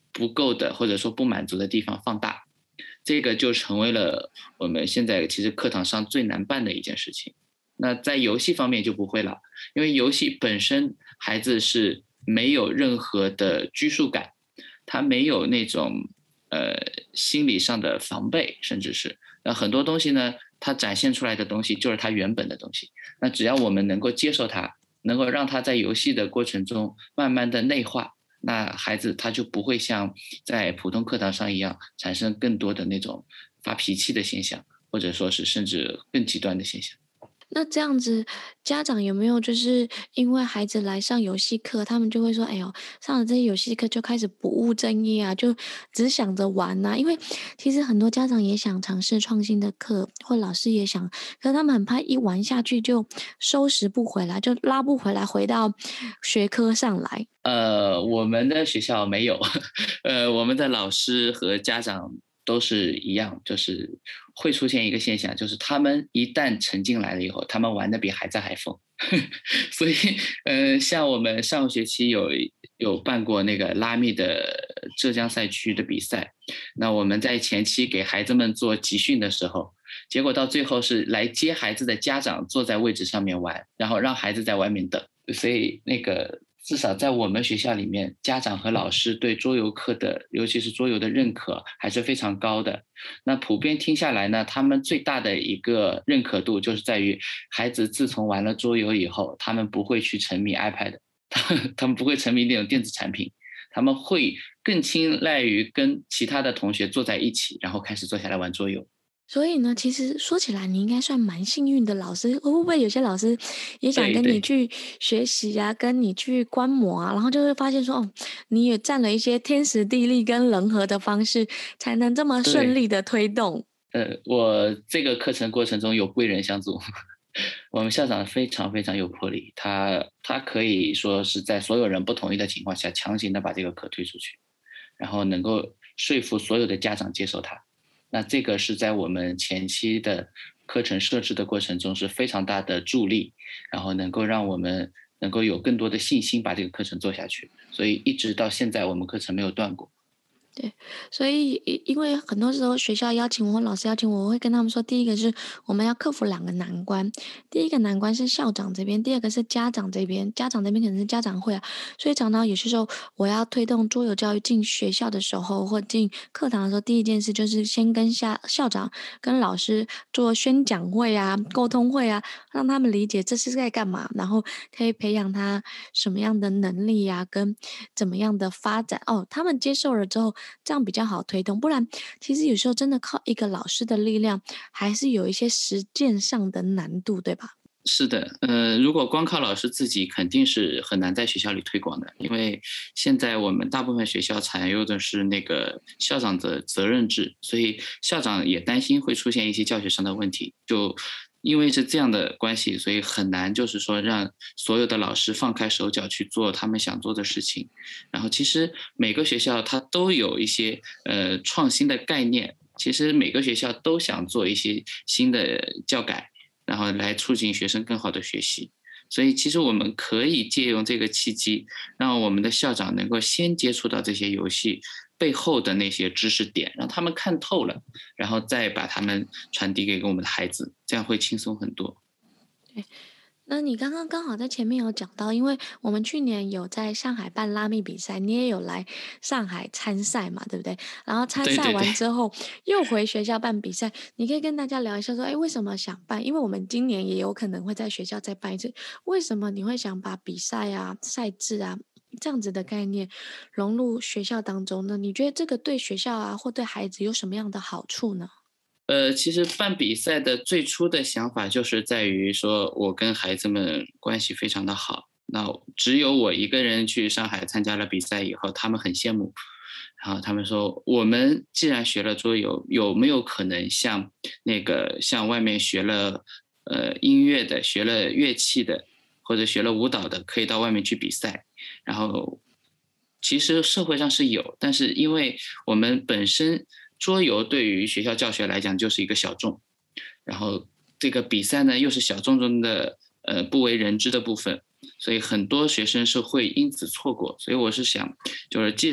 不够的或者说不满足的地方放大，这个就成为了我们现在其实课堂上最难办的一件事情。那在游戏方面就不会了，因为游戏本身孩子是没有任何的拘束感，他没有那种呃心理上的防备，甚至是那很多东西呢，他展现出来的东西就是他原本的东西。那只要我们能够接受他，能够让他在游戏的过程中慢慢的内化，那孩子他就不会像在普通课堂上一样产生更多的那种发脾气的现象，或者说是甚至更极端的现象。 那这样子，家长有没有就是因为孩子来上游戏课，他们就会说：“哎呦，上了这些游戏课就开始不务正业啊，就只想着玩呐、因为其实很多家长也想尝试创新的课，或老师也想，可是他们很怕一玩下去就收拾不回来，就拉不回来，回到学科上来。 呃，我们的学校没有，呃，我们的老师和家长都是一样，就是会出现一个现象，就是他们一旦沉进来了以后，他们玩的比孩子还疯。所以，呃，像我们上个学期有有办过那个拉密的浙江赛区的比赛，那我们在前期给孩子们做集训的时候，结果到最后是来接孩子的家长坐在位置上面玩，然后让孩子在外面等。所以那个至少在我们学校里面，家长和老师对桌游课的，尤其是桌游的认可还是非常高的。那普遍听下来呢，他们最大的一个认可度就是在于孩子自从玩了桌游以后，他们不会去沉迷 iPad， 他们不会沉迷那种电子产品，他们会更青睐于跟其他的同学坐在一起，然后开始坐下来玩桌游。 所以呢，其实说起来你应该算蛮幸运的老师，会不会有些老师也想对对跟你去学习啊，跟你去观摩啊，然后就会发现说，哦，你也占了一些天时地利跟人和的方式，才能这么顺对， 利的推动。 呃，我这个课程过程中有贵人相助，我们校长非常非常有魄力，他他可以说是在所有人不同意的情况下，强行的把这个课推出去，然后能够说服所有的家长接受它。那这个是在我们前期的课程设置的过程中是非常大的助力，然后能够让我们能够有更多的信心把这个课程做下去。所以一直到现在，我们课程没有断过。 对，所以因因为很多时候学校邀请我，老师邀请我，我会跟他们说，第一个是我们要克服两个难关，第一个难关是校长这边，第二个是家长这边。家长这边可能是家长会啊，所以常常有些时候我要推动桌游教育进学校的时候，或进课堂的时候，第一件事就是先跟下校长、跟老师做宣讲会啊、沟通会啊，让他们理解这是在干嘛，然后可以培养他什么样的能力呀、跟怎么样的发展。哦，他们接受了之后，这样比较好推动。不然，其实有时候真的靠一个老师的力量，还是有一些实践上的难度，对吧？ 是的，呃，如果光靠老师自己，肯定是很难在学校里推广的，因为现在我们大部分学校采用的是那个校长的责任制，所以校长也担心会出现一些教学上的问题。就因为是这样的关系，所以很难就是说让所有的老师放开手脚去做他们想做的事情。然后其实每个学校它都有一些呃创新的概念，其实每个学校都想做一些新的教改。然后来促进学生更好的学习。所以其实我们可以借用这个契机，让我们的校长能够先接触到这些游戏背后的那些知识点，让他们看透了，然后再把他们传递给我们的孩子，这样会轻松很多。 对。那你刚刚刚好在前面有讲到，因为我们去年有在上海办拉密比赛，你也有来上海参赛嘛，对不对？然后参赛对对对。 完之后又回学校办比赛，你可以跟大家聊一下说，哎，为什么想办？因为我们今年也有可能会在学校再办一次，为什么你会想把比赛啊、赛制啊这样子的概念融入学校当中呢？你觉得这个对学校啊或对孩子有什么样的好处呢？ 呃，其实办比赛的最初的想法就是在于说，我跟孩子们关系非常的好。那只有我一个人去上海参加了比赛以后，他们很羡慕。然后他们说，我们既然学了桌游，有没有可能像那个像外面学了呃音乐的、学了乐器的，或者学了舞蹈的，可以到外面去比赛？然后其实社会上是有，但是因为我们本身桌游对于学校教学来讲就是一个小众，然后这个比赛呢又是小众中的呃不为人知的部分，所以很多学生是会因此错过。所以我是想，就是既然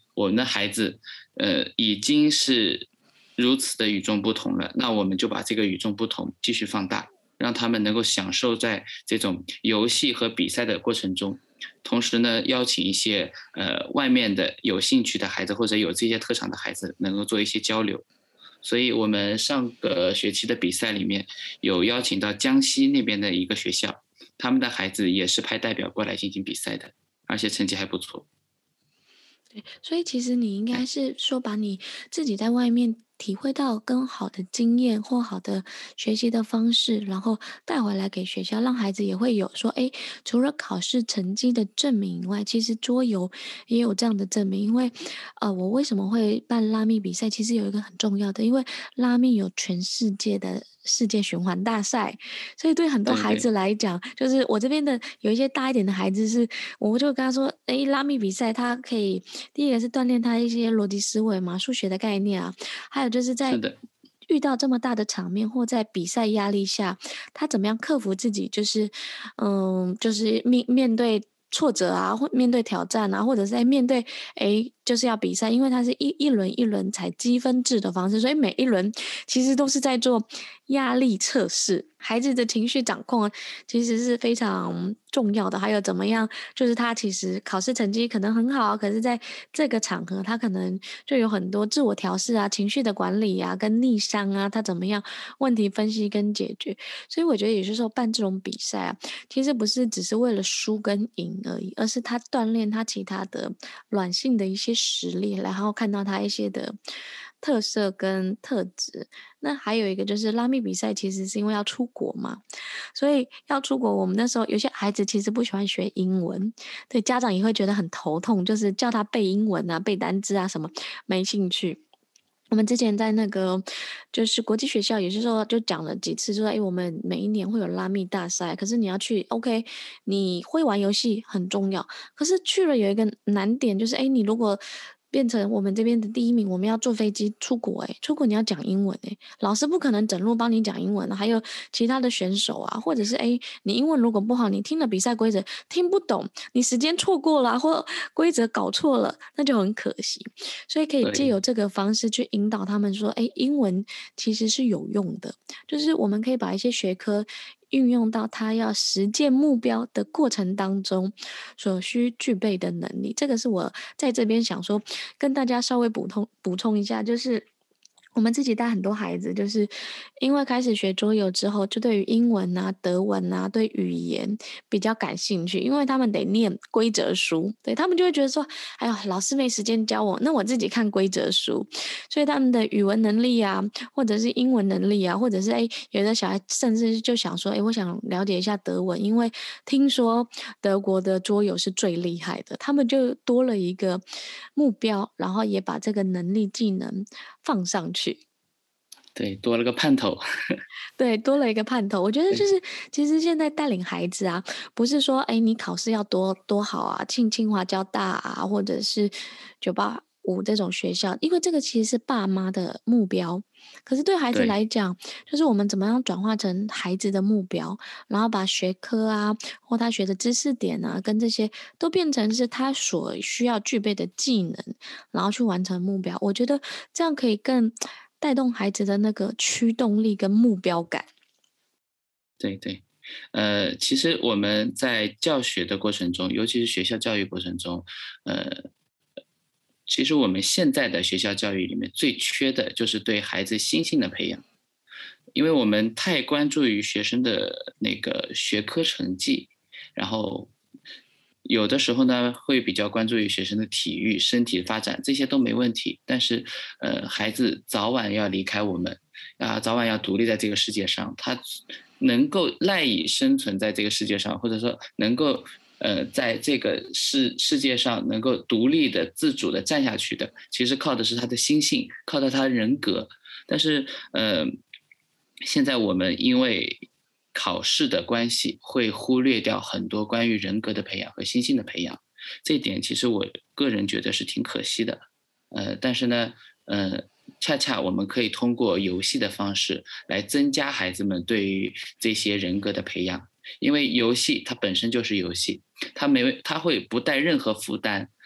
我们的孩子，呃，已经是如此的与众不同了，那我们就把这个与众不同继续放大，让他们能够享受在这种游戏和比赛的过程中。同时呢，邀请一些呃外面的有兴趣的孩子或者有这些特长的孩子，能够做一些交流。所以我们上个学期的比赛里面有邀请到江西那边的一个学校，他们的孩子也是派代表过来进行比赛的，而且成绩还不错。 对，所以其实你应该是说，把你自己在外面体会到更好的经验或好的学习的方式，然后带回来给学校，让孩子也会有说，哎，除了考试成绩的证明以外，其实桌游也有这样的证明。因为，呃，我为什么会办拉密比赛？其实有一个很重要的，因为拉密有全世界的世界循环大赛，所以对很多孩子对对来讲，就是我这边的有一些大一点的孩子是，我就跟他说，诶，拉密比赛它可以第一个是锻炼他一些逻辑思维嘛，数学的概念啊，还有就是在是的。 遇到这么大的场面或在比赛压力下，他怎么样克服自己，就是嗯，就是面面对挫折啊，或面对挑战啊，或者是在面对诶，就是要比赛，因为它是一一轮一轮采积分制的方式，所以每一轮其实都是在做压力测试。孩子的情绪掌控啊其实是非常重要的，还有怎么样，就是他其实考试成绩可能很好，可是在这个场合他可能就有很多自我调试啊、情绪的管理啊、跟逆商啊，他怎么样问题分析跟解决。所以我觉得也就是说办这种比赛啊，其实不是只是为了输跟赢而已，而是他锻炼他其他的软性的一些实力，然后看到他一些的特色跟特质。那还有一个就是拉密比赛，其实是因为要出国嘛，所以要出国，我们那时候有些孩子其实不喜欢学英文，对家长也会觉得很头痛，就是叫他背英文啊、背单字啊什么，没兴趣。我们之前在那个就是国际学校，也是说就讲了几次，就说哎，诶我们每一年会有拉密大赛，可是你要去，OK，你会玩游戏很重要，可是去了有一个难点，就是哎，诶你如果变成我们这边的第一名，我们要坐飞机出国，诶，出国你要讲英文，诶，老师不可能整路帮你讲英文，还有其他的选手啊，或者是哎，你英文如果不好，你听了比赛规则听不懂，你时间错过了啊，或规则搞错了，那就很可惜。所以可以借对由这个方式去引导他们说，哎，英文其实是有用的，就是我们可以把一些学科运用到他要实践目标的过程当中所需具备的能力。这个是我在这边想说跟大家稍微补充补充一下，就是我们自己带很多孩子，就是因为开始学桌游之后，就对于英文啊、德文啊、对语言比较感兴趣，因为他们得念规则书，对他们就会觉得说，哎呦，老师没时间教我，那我自己看规则书，所以他们的语文能力啊，或者是英文能力啊，或者是哎，有的小孩甚至就想说，哎，我想了解一下德文，因为听说德国的桌游是最厉害的，他们就多了一个目标，然后也把这个能力技能放上去。 对，多了个盼头。 对，多了一个盼头。我觉得就对是，其实现在带领孩子啊，不是说，哎，你考试要多多好啊，庆清华、交大啊，或者是九八五这种学校，因为这个其实是爸妈的目标。可是对孩子对来讲，就是我们怎么样转化成孩子的目标，然后把学科啊，或他学的知识点啊，跟这些都变成是他所需要具备的技能，然后去完成目标。我觉得这样可以更带动孩子的那个驱动力跟目标感。 对对，呃，其实我们在教学的过程中，尤其是学校教育过程中，呃，其实我们现在的学校教育里面最缺的就是对孩子心性的培养。因为我们太关注于学生的那个学科成绩，然后有的时候呢，会比较关注于学生的体育、身体发展，这些都没问题。但是，呃，孩子早晚要离开我们，啊，早晚要独立在这个世界上，他能够赖以生存在这个世界上，或者说能够呃，在这个世世界上能够独立的、自主的站下去的，其实靠的是他的心性，靠的他人格。但是，呃，现在我们因为考试的关系，会忽略掉很多关于人格的培养和心性的培养，这一点其实我个人觉得是挺可惜的。呃，但是呢，呃，恰恰我们可以通过游戏的方式来增加孩子们对于这些人格的培养，因为游戏它本身就是游戏，它没它会不带任何负担，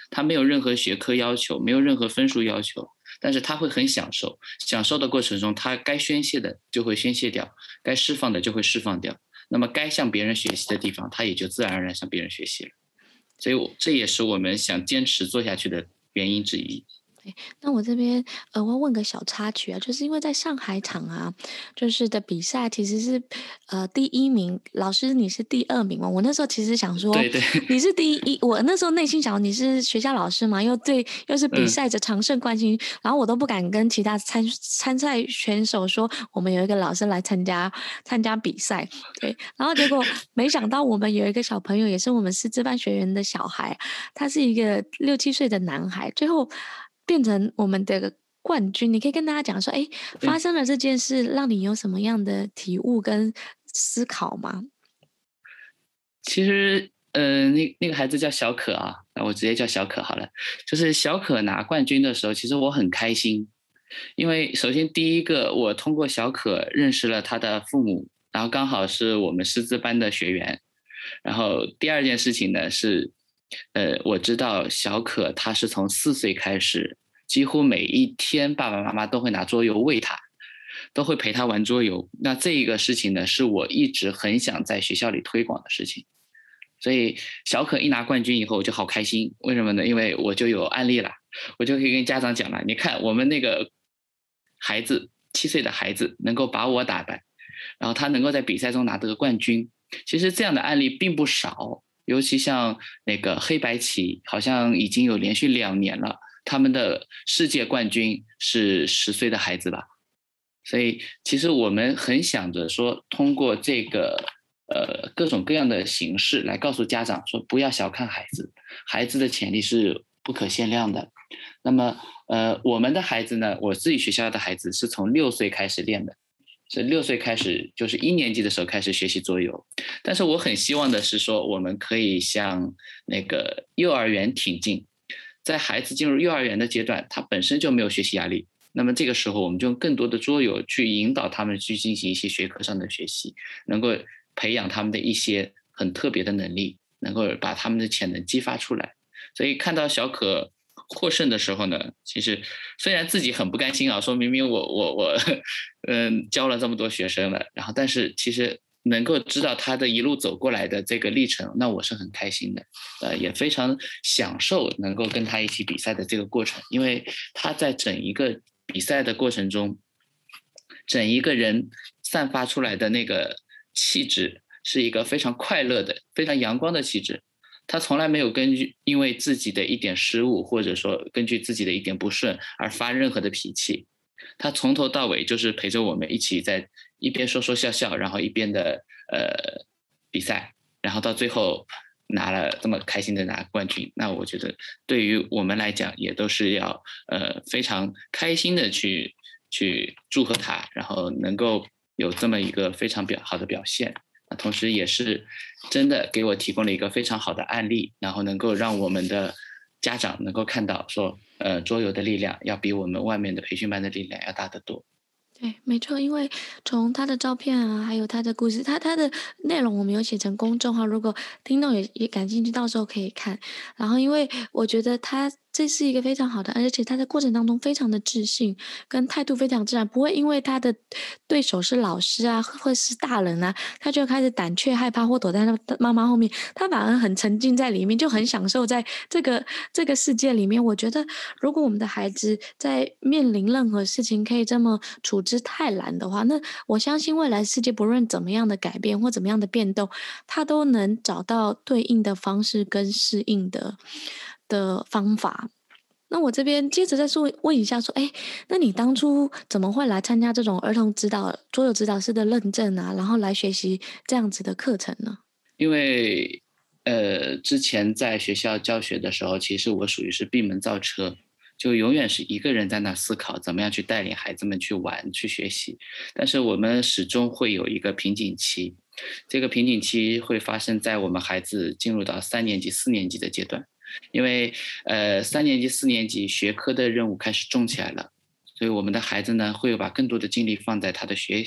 他没有任何学科要求，没有任何分数要求，但是他会很享受，享受的过程中，他该宣泄的就会宣泄掉，该释放的就会释放掉，那么该向别人学习的地方，他也就自然而然向别人学习了。所以这也是我们想坚持做下去的原因之一。 那我这边额外问个小插曲啊，就是因为在上海场啊，就是的比赛其实是呃第一名，老师你是第二名嘛？我那时候其实想说， 对对， 你是第一，我那时候内心想你是学校老师嘛，又对又是比赛着常胜冠军，嗯、然后我都不敢跟其他参参赛选手说我们有一个老师来参加参加比赛，对，然后结果没想到我们有一个小朋友也是我们师资班学员的小孩，他是一个六七岁的男孩，最后变成我们的冠军。你可以跟大家讲说，哎，发生了这件事，让你有什么样的体悟跟思考吗？ 其实，呃，那那个孩子叫小可啊，那我直接叫小可好了。就是小可拿冠军的时候，其实我很开心，因为首先第一个，我通过小可认识了他的父母，然后刚好是我们师资班的学员。然后第二件事情呢是，呃，我知道小可他是从四岁开始，几乎每一天爸爸妈妈都会拿桌游喂他，都会陪他玩桌游。那这一个事情呢，是我一直很想在学校里推广的事情。所以小可一拿冠军以后，我就好开心。为什么呢？因为我就有案例了，我就可以跟家长讲了。你看，我们那个孩子，七岁的孩子能够把我打败，然后他能够在比赛中拿得个冠军。其实这样的案例并不少，尤其像那个黑白棋，好像已经有连续两年了，他们的世界冠军是十岁的孩子吧。所以其实我们很想着说，通过这个呃各种各样的形式来告诉家长说，不要小看孩子，孩子的潜力是不可限量的。那么呃我们的孩子呢，我自己学校的孩子是从六岁开始练的，是六岁开始，就是一年级的时候开始学习桌游。但是我很希望的是说，我们可以向那个幼儿园挺进，在孩子进入幼儿园的阶段，他本身就没有学习压力，那么这个时候我们就用更多的桌游去引导他们去进行一些学科上的学习，能够培养他们的一些很特别的能力，能够把他们的潜能激发出来。所以看到小可获胜的时候呢，其实虽然自己很不甘心啊，说明明我我我嗯教了这么多学生了，然后但是其实能够知道他的一路走过来的这个历程，那我是很开心的，呃，也非常享受能够跟他一起比赛的这个过程，因为他在整一个比赛的过程中，整一个人散发出来的那个气质是一个非常快乐的、非常阳光的气质。他从来没有根据因为自己的一点失误，或者说根据自己的一点不顺而发任何的脾气。他从头到尾就是陪着我们一起在一边说说笑笑，然后一边的呃比赛，然后到最后拿了这么开心的拿冠军。那我觉得对于我们来讲，也都是要呃非常开心的去去祝贺他，然后能够有这么一个非常表好的表现。同时也是真的给我提供了一个非常好的案例，然后能够让我们的家长能够看到说，呃，桌游的力量要比我们外面的培训班的力量要大得多。 对，没错，因为从他的照片啊，还有他的故事，他他的内容我们有写成公众号，如果听众也也感兴趣，到时候可以看。然后，因为我觉得他这是一个非常好的，而且他在过程当中非常的自信，跟态度非常自然，不会因为他的对手是老师啊，或是大人啊，他就开始胆怯害怕或躲在那妈妈后面，他反而很沉浸在里面，就很享受在这个这个世界里面。我觉得，如果我们的孩子在面临任何事情可以这么处之泰然的话，那我相信未来世界不论怎么样的改变或怎么样的变动，他都能找到对应的方式跟适应的的方法。那我这边接着再说问一下，说，哎，那你当初怎么会来参加这种儿童指导桌游指导师的认证啊？然后来学习这样子的课程呢？ 因为呃，之前在学校教学的时候，其实我属于是闭门造车，就永远是一个人在那思考怎么样去带领孩子们去玩、去学习。但是我们始终会有一个瓶颈期，这个瓶颈期会发生在我们孩子进入到三年级、四年级的阶段。因为呃三年级四年级学科的任务开始重起来了，所以我们的孩子呢会把更多的精力放在他的学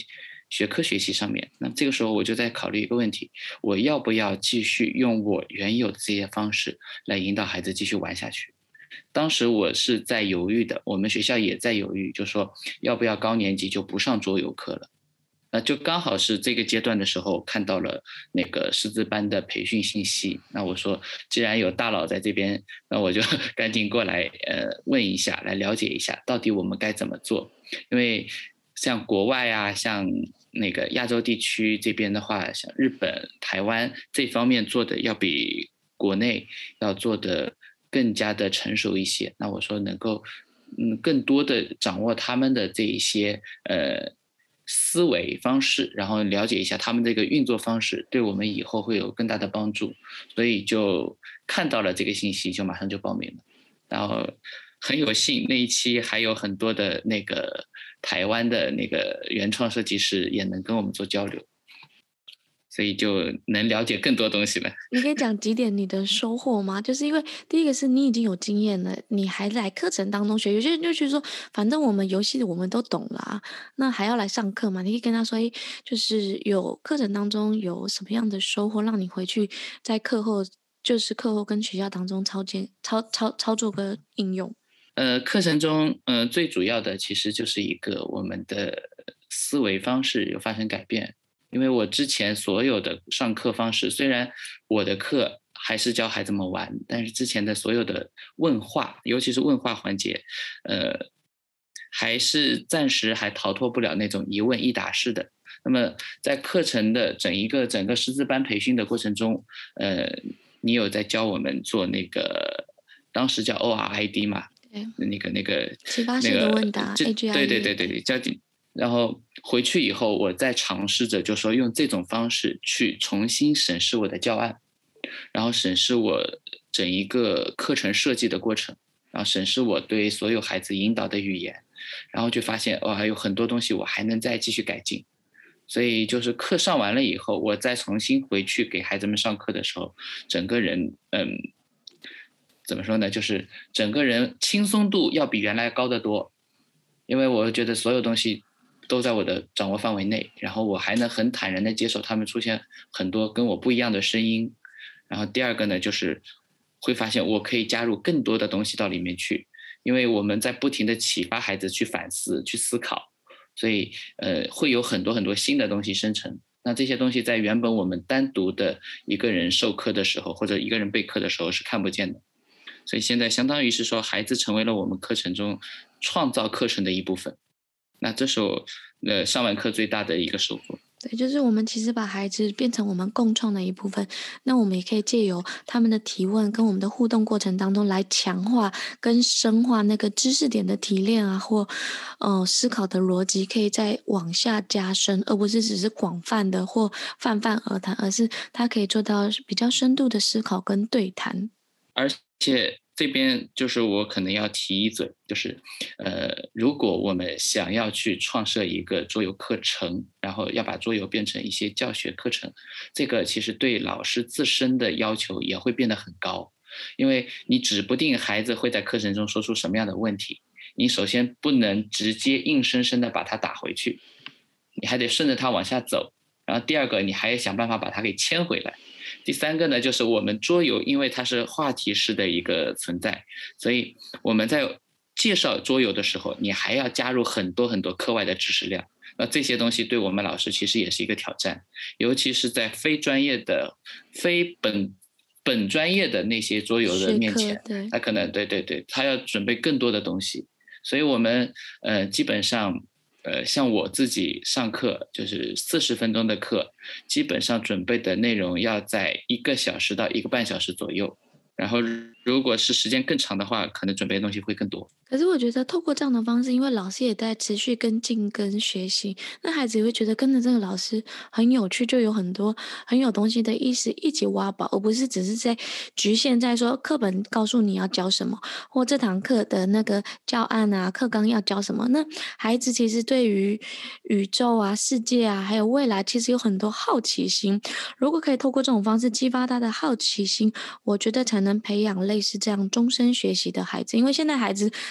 学科学习上面。那这个时候我就在考虑一个问题，我要不要继续用我原有的这些方式来引导孩子继续玩下去。当时我是在犹豫的，我们学校也在犹豫，就说要不要高年级就不上桌游课了。那就刚好是这个阶段的时候看到了那个师资班的培训信息，那我说既然有大佬在这边，那我就赶紧过来呃问一下，来了解一下到底我们该怎么做。因为像国外啊，像那个亚洲地区这边的话，像日本、台湾这方面做的要比国内要做的更加的成熟一些。那我说能够嗯更多的掌握他们的这一些呃思维方式，然后了解一下他们这个运作方式，对我们以后会有更大的帮助。所以就看到了这个信息，就马上就报名了。然后很有幸那一期还有很多的那个台湾的那个原创设计师也能跟我们做交流，所以就能了解更多东西了。 你可以讲几点你的收获吗？就是因为第一个是你已经有经验了，你还在课程当中学，有些人就觉得说，反正我们游戏我们都懂啦，那还要来上课嘛？你可以跟他说，诶，就是有课程当中有什么样的收获，让你回去在课后，就是课后跟学校当中操见操操操作个应用。 呃，课程中，呃，最主要的其实就是一个我们的思维方式有发生改变。因为我之前所有的上课方式，虽然我的课还是教孩子们玩，但是之前的所有的问话，尤其是问话环节，呃，还是暂时还逃脱不了那种一问一答式的。那么在课程的整一个整个师资班培训的过程中，呃，你有在教我们做那个，当时叫 O R I D 嘛？那个那个启发式的问答 ，A G I E， 对对对对对，教你。然后回去以后，我再尝试着就说用这种方式去重新审视我的教案，然后审视我整一个课程设计的过程，然后审视我对所有孩子引导的语言，然后就发现哇，有很多东西我还能再继续改进。所以就是课上完了以后，我再重新回去给孩子们上课的时候，整个人嗯。怎么说呢？就是整个人轻松度要比原来高得多，因为我觉得所有东西都在我的掌握范围内，然后我还能很坦然的接受他们出现很多跟我不一样的声音。然后第二个呢，就是会发现我可以加入更多的东西到里面去，因为我们在不停的启发孩子去反思、去思考，所以呃会有很多很多新的东西生成。那这些东西在原本我们单独的一个人授课的时候，或者一个人备课的时候是看不见的。所以现在相当于是说，孩子成为了我们课程中创造课程的一部分。那这是我呃上完课最大的一个收获。 对，就是我们其实把孩子变成我们共创的一部分，那我们也可以借由他们的提问跟我们的互动过程当中来强化跟深化那个知识点的提炼啊，或呃思考的逻辑，可以再往下加深，而不是只是广泛的或泛泛而谈，而是它可以做到比较深度的思考跟对谈。 而且这边就是我可能要提一嘴，就是呃，如果我们想要去创设一个桌游课程，然后要把桌游变成一些教学课程，这个其实对老师自身的要求也会变得很高，因为你指不定孩子会在课程中说出什么样的问题，你首先不能直接硬生生的把他打回去，你还得顺着他往下走，然后第二个你还要想办法把他给牵回来。第三个呢，就是我们桌游，因为它是话题式的一个存在，所以我们在介绍桌游的时候，你还要加入很多很多课外的知识量。那这些东西对我们老师其实也是一个挑战，尤其是在非专业的、非本本专业的那些桌游的面前，他可能对对对，他要准备更多的东西。所以我们呃基本上。呃，像我自己上课就是四十分钟的课，基本上准备的内容要在一个小时到一个半小时左右。然后如果是时间更长的话，可能准备的东西会更多。 可是我觉得透过这样的方式，因为老师也在持续跟进跟学习，那孩子也会觉得跟着这个老师很有趣，就有很多很有东西的意思一起挖宝，而不是只是在局限在说课本告诉你要教什么，或这堂课的那个教案啊、课纲要教什么。那孩子其实对于宇宙啊、世界啊，还有未来，其实有很多好奇心。如果可以透过这种方式激发他的好奇心，我觉得才能培养类似这样终身学习的孩子。因为现在孩子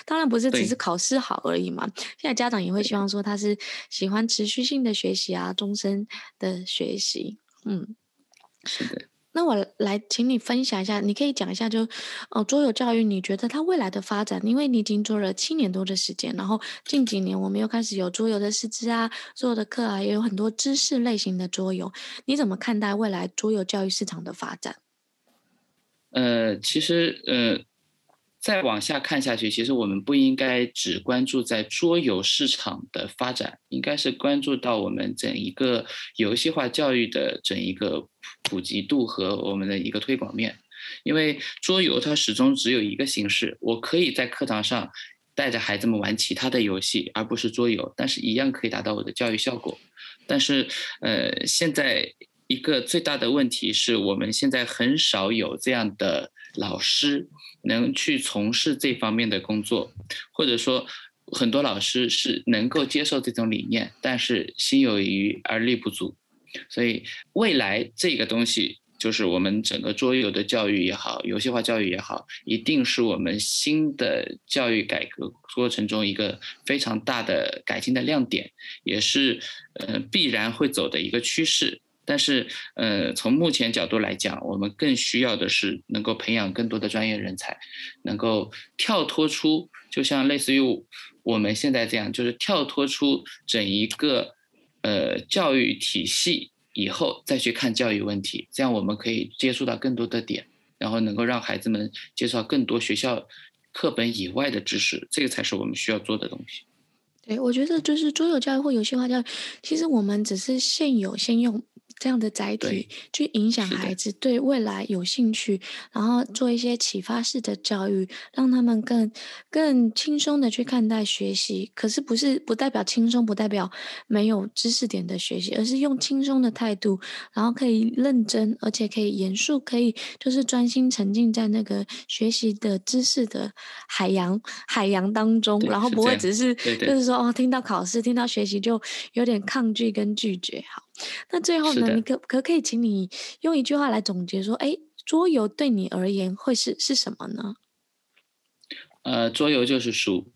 当然不是只是对。 考试好而已嘛，现在家长也会希望说他是喜欢持续性的学习啊，终身的学习，嗯。 是的。 那我来请你分享一下，你可以讲一下就，呃，桌游教育你觉得它未来的发展，因为你已经做了七年多的时间，然后近几年我们又开始有桌游的师资啊，桌游的课啊，也有很多知识类型的桌游，你怎么看待未来桌游教育市场的发展？ 呃，其实，呃，再往下看下去，其实我们不应该只关注在桌游市场的发展，应该是关注到我们整一个游戏化教育的整一个普及度和我们的一个推广面。因为桌游它始终只有一个形式，我可以在课堂上带着孩子们玩其他的游戏，而不是桌游，但是一样可以达到我的教育效果。但是，呃，现在一个最大的问题是我们现在很少有这样的老师能去从事这方面的工作，或者说很多老师是能够接受这种理念，但是心有余而力不足。所以未来这个东西就是我们整个桌游的教育也好，游戏化教育也好，一定是我们新的教育改革过程中一个非常大的改进的亮点，也是呃必然会走的一个趋势。但是，呃，从目前角度来讲，我们更需要的是能够培养更多的专业人才，能够跳脱出，就像类似于我们现在这样，就是跳脱出整一个呃教育体系以后再去看教育问题，这样我们可以接触到更多的点，然后能够让孩子们接触到更多学校课本以外的知识，这个才是我们需要做的东西。 对，我觉得就是桌游教育或游戏化教育，其实我们只是现有先用这样的载体对， 去影响是的。 孩子对未来有兴趣，然后做一些启发式的教育，让他们更更轻松的去看待学习。可是不是不代表轻松，不代表没有知识点的学习，而是用轻松的态度，然后可以认真，而且可以严肃，可以就是专心沉浸在那个学习的知识的海洋海洋当中， 对， 然后是这样。 不会只是对对。 就是说哦，听到考试、听到学习就有点抗拒跟拒绝。好，那最后呢，你是的。 可可可以请你用一句话来总结说，哎，桌游对你而言会是是什么呢？ 呃，桌游就是书。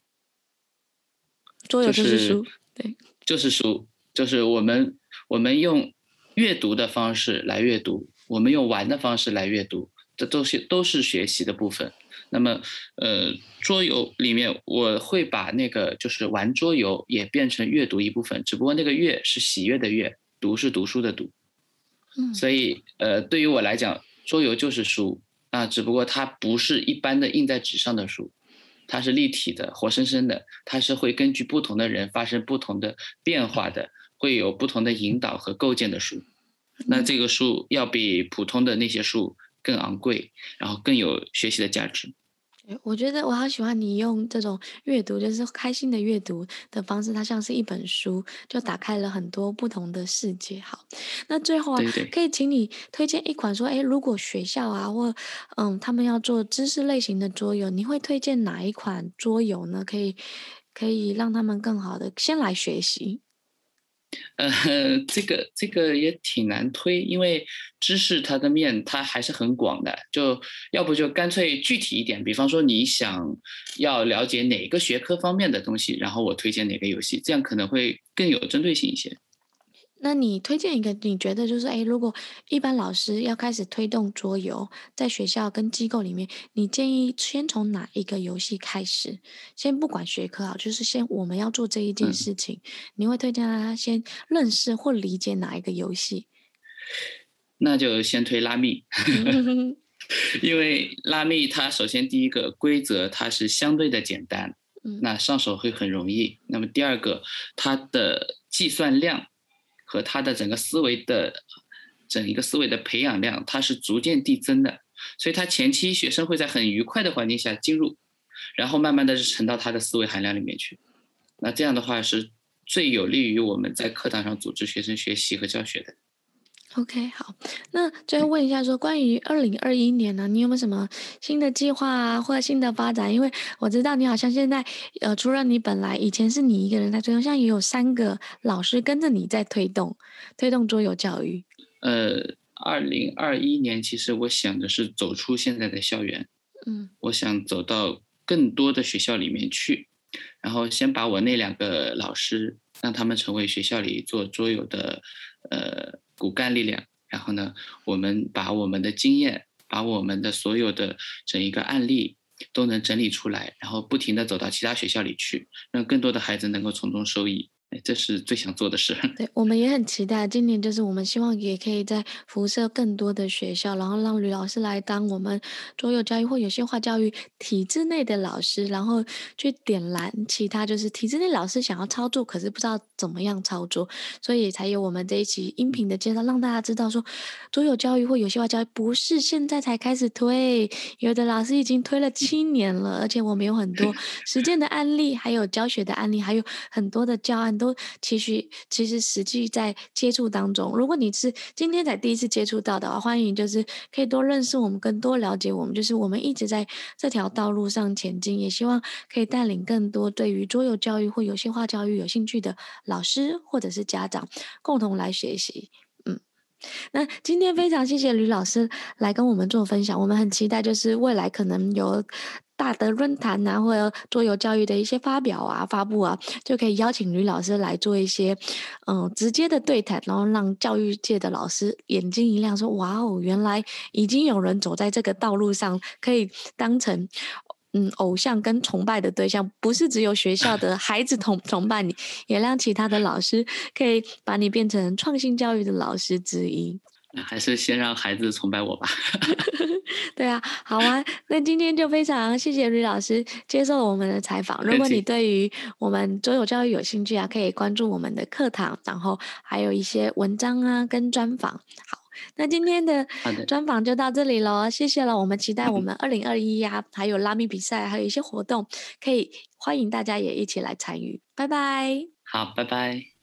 桌游就是就是书，对。 就是书，就是我们我们用阅读的方式来阅读，我们用玩的方式来阅读，这都是都是学习的部分。那么，呃，桌游里面我会把那个就是玩桌游也变成阅读一部分，只不过那个阅是喜悦的阅，读是读书的读。 嗯。 所以，呃，对于我来讲，桌游就是书，啊，只不过它不是一般的印在纸上的书，它是立体的、活生生的，它是会根据不同的人发生不同的变化的，会有不同的引导和构建的书。那嗯。 这个书要比普通的那些书更昂贵，然后更有学习的价值。 对，我觉得我好喜欢你用这种阅读，就是开心的阅读的方式，它像是一本书，就打开了很多不同的世界。好，那最后啊， 对对。 可以请你推荐一款说，诶，如果学校啊，或嗯，他们要做知识类型的桌游，你会推荐哪一款桌游呢？可以可以让他们更好的先来学习。 呃，这个这个也挺难推，因为知识它的面它还是很广的，就要不就干脆具体一点，比方说你想要了解哪个学科方面的东西，然后我推荐哪个游戏，这样可能会更有针对性一些。 那你推荐一个你觉得就是，诶，如果一般老师要开始推动桌游，在学校跟机构里面，你建议先从哪一个游戏开始？先不管学科啊，就是先我们要做这一件嗯。 事情，你会推荐他先认识或理解哪一个游戏？ 那就先推拉密。因为拉密它首先第一个规则它是相对的简单， 嗯。 那上手会很容易。那么第二个，它的计算量和它的整个思维的整一个思维的培养量，它是逐渐递增的。所以它前期学生会在很愉快的环境下进入，然后慢慢的沉到他的思维含量里面去。那这样的话是最有利于我们在课堂上组织学生学习和教学的。 OK，好，那最后问一下说，关于二零二一年呢，你有没有什么新的计划啊，或者新的发展？因为我知道你好像现在，呃，除了你本来以前是你一个人在推动，现在也有三个老师跟着你在推动，推动桌游教育。 呃，二零二一年其实我想的是走出现在的校园， 嗯。 我想走到更多的学校里面去，然后先把我那两个老师让他们成为学校里做桌游的呃骨干力量，然后呢，我们把我们的经验，把我们的所有的整一个案例都能整理出来，然后不停地走到其他学校里去，让更多的孩子能够从中受益。这是最想做的事。 对，我们也很期待，今年就是我们希望也可以再辐射更多的学校，然后让吕老师来当我们桌游教育或有些化教育体制内的老师，然后去点燃其他就是体制内老师想要操作，可是不知道怎么样操作，所以才有我们这一期音频的介绍，让大家知道说桌游教育或有些化教育不是现在才开始推，有的老师已经推了七年了，而且我们有很多实践的案例，还有教学的案例，还有很多的教案都其实其实实际在接触当中。如果你是今天才第一次接触到的话，欢迎就是可以多认识我们，更多了解我们，就是我们一直在这条道路上前进，也希望可以带领更多对于桌游教育或游戏化教育有兴趣的老师或者是家长共同来学习。嗯，那今天非常谢谢吕老师来跟我们做分享，我们很期待就是未来可能有大的论坛啊，或者桌游教育的一些发表啊、发布啊，就可以邀请吕老师来做一些嗯直接的对谈，然后让教育界的老师眼睛一亮，说哇哦，原来已经有人走在这个道路上，可以当成嗯偶像跟崇拜的对象，不是只有学校的孩子崇崇拜你，也让其他的老师可以把你变成创新教育的老师之一。 还是先让孩子崇拜我吧。 对啊，好啊，那今天就非常谢谢吕老师接受我们的采访。如果你对于我们桌游教育有兴趣啊，可以关注我们的课堂，然后还有一些文章啊跟专访。好，那今天的专访就到这里咯，谢谢了。我们期待我们二零二一啊，还有拉米比赛，还有一些活动，可以欢迎大家也一起来参与。拜拜。 好，拜拜。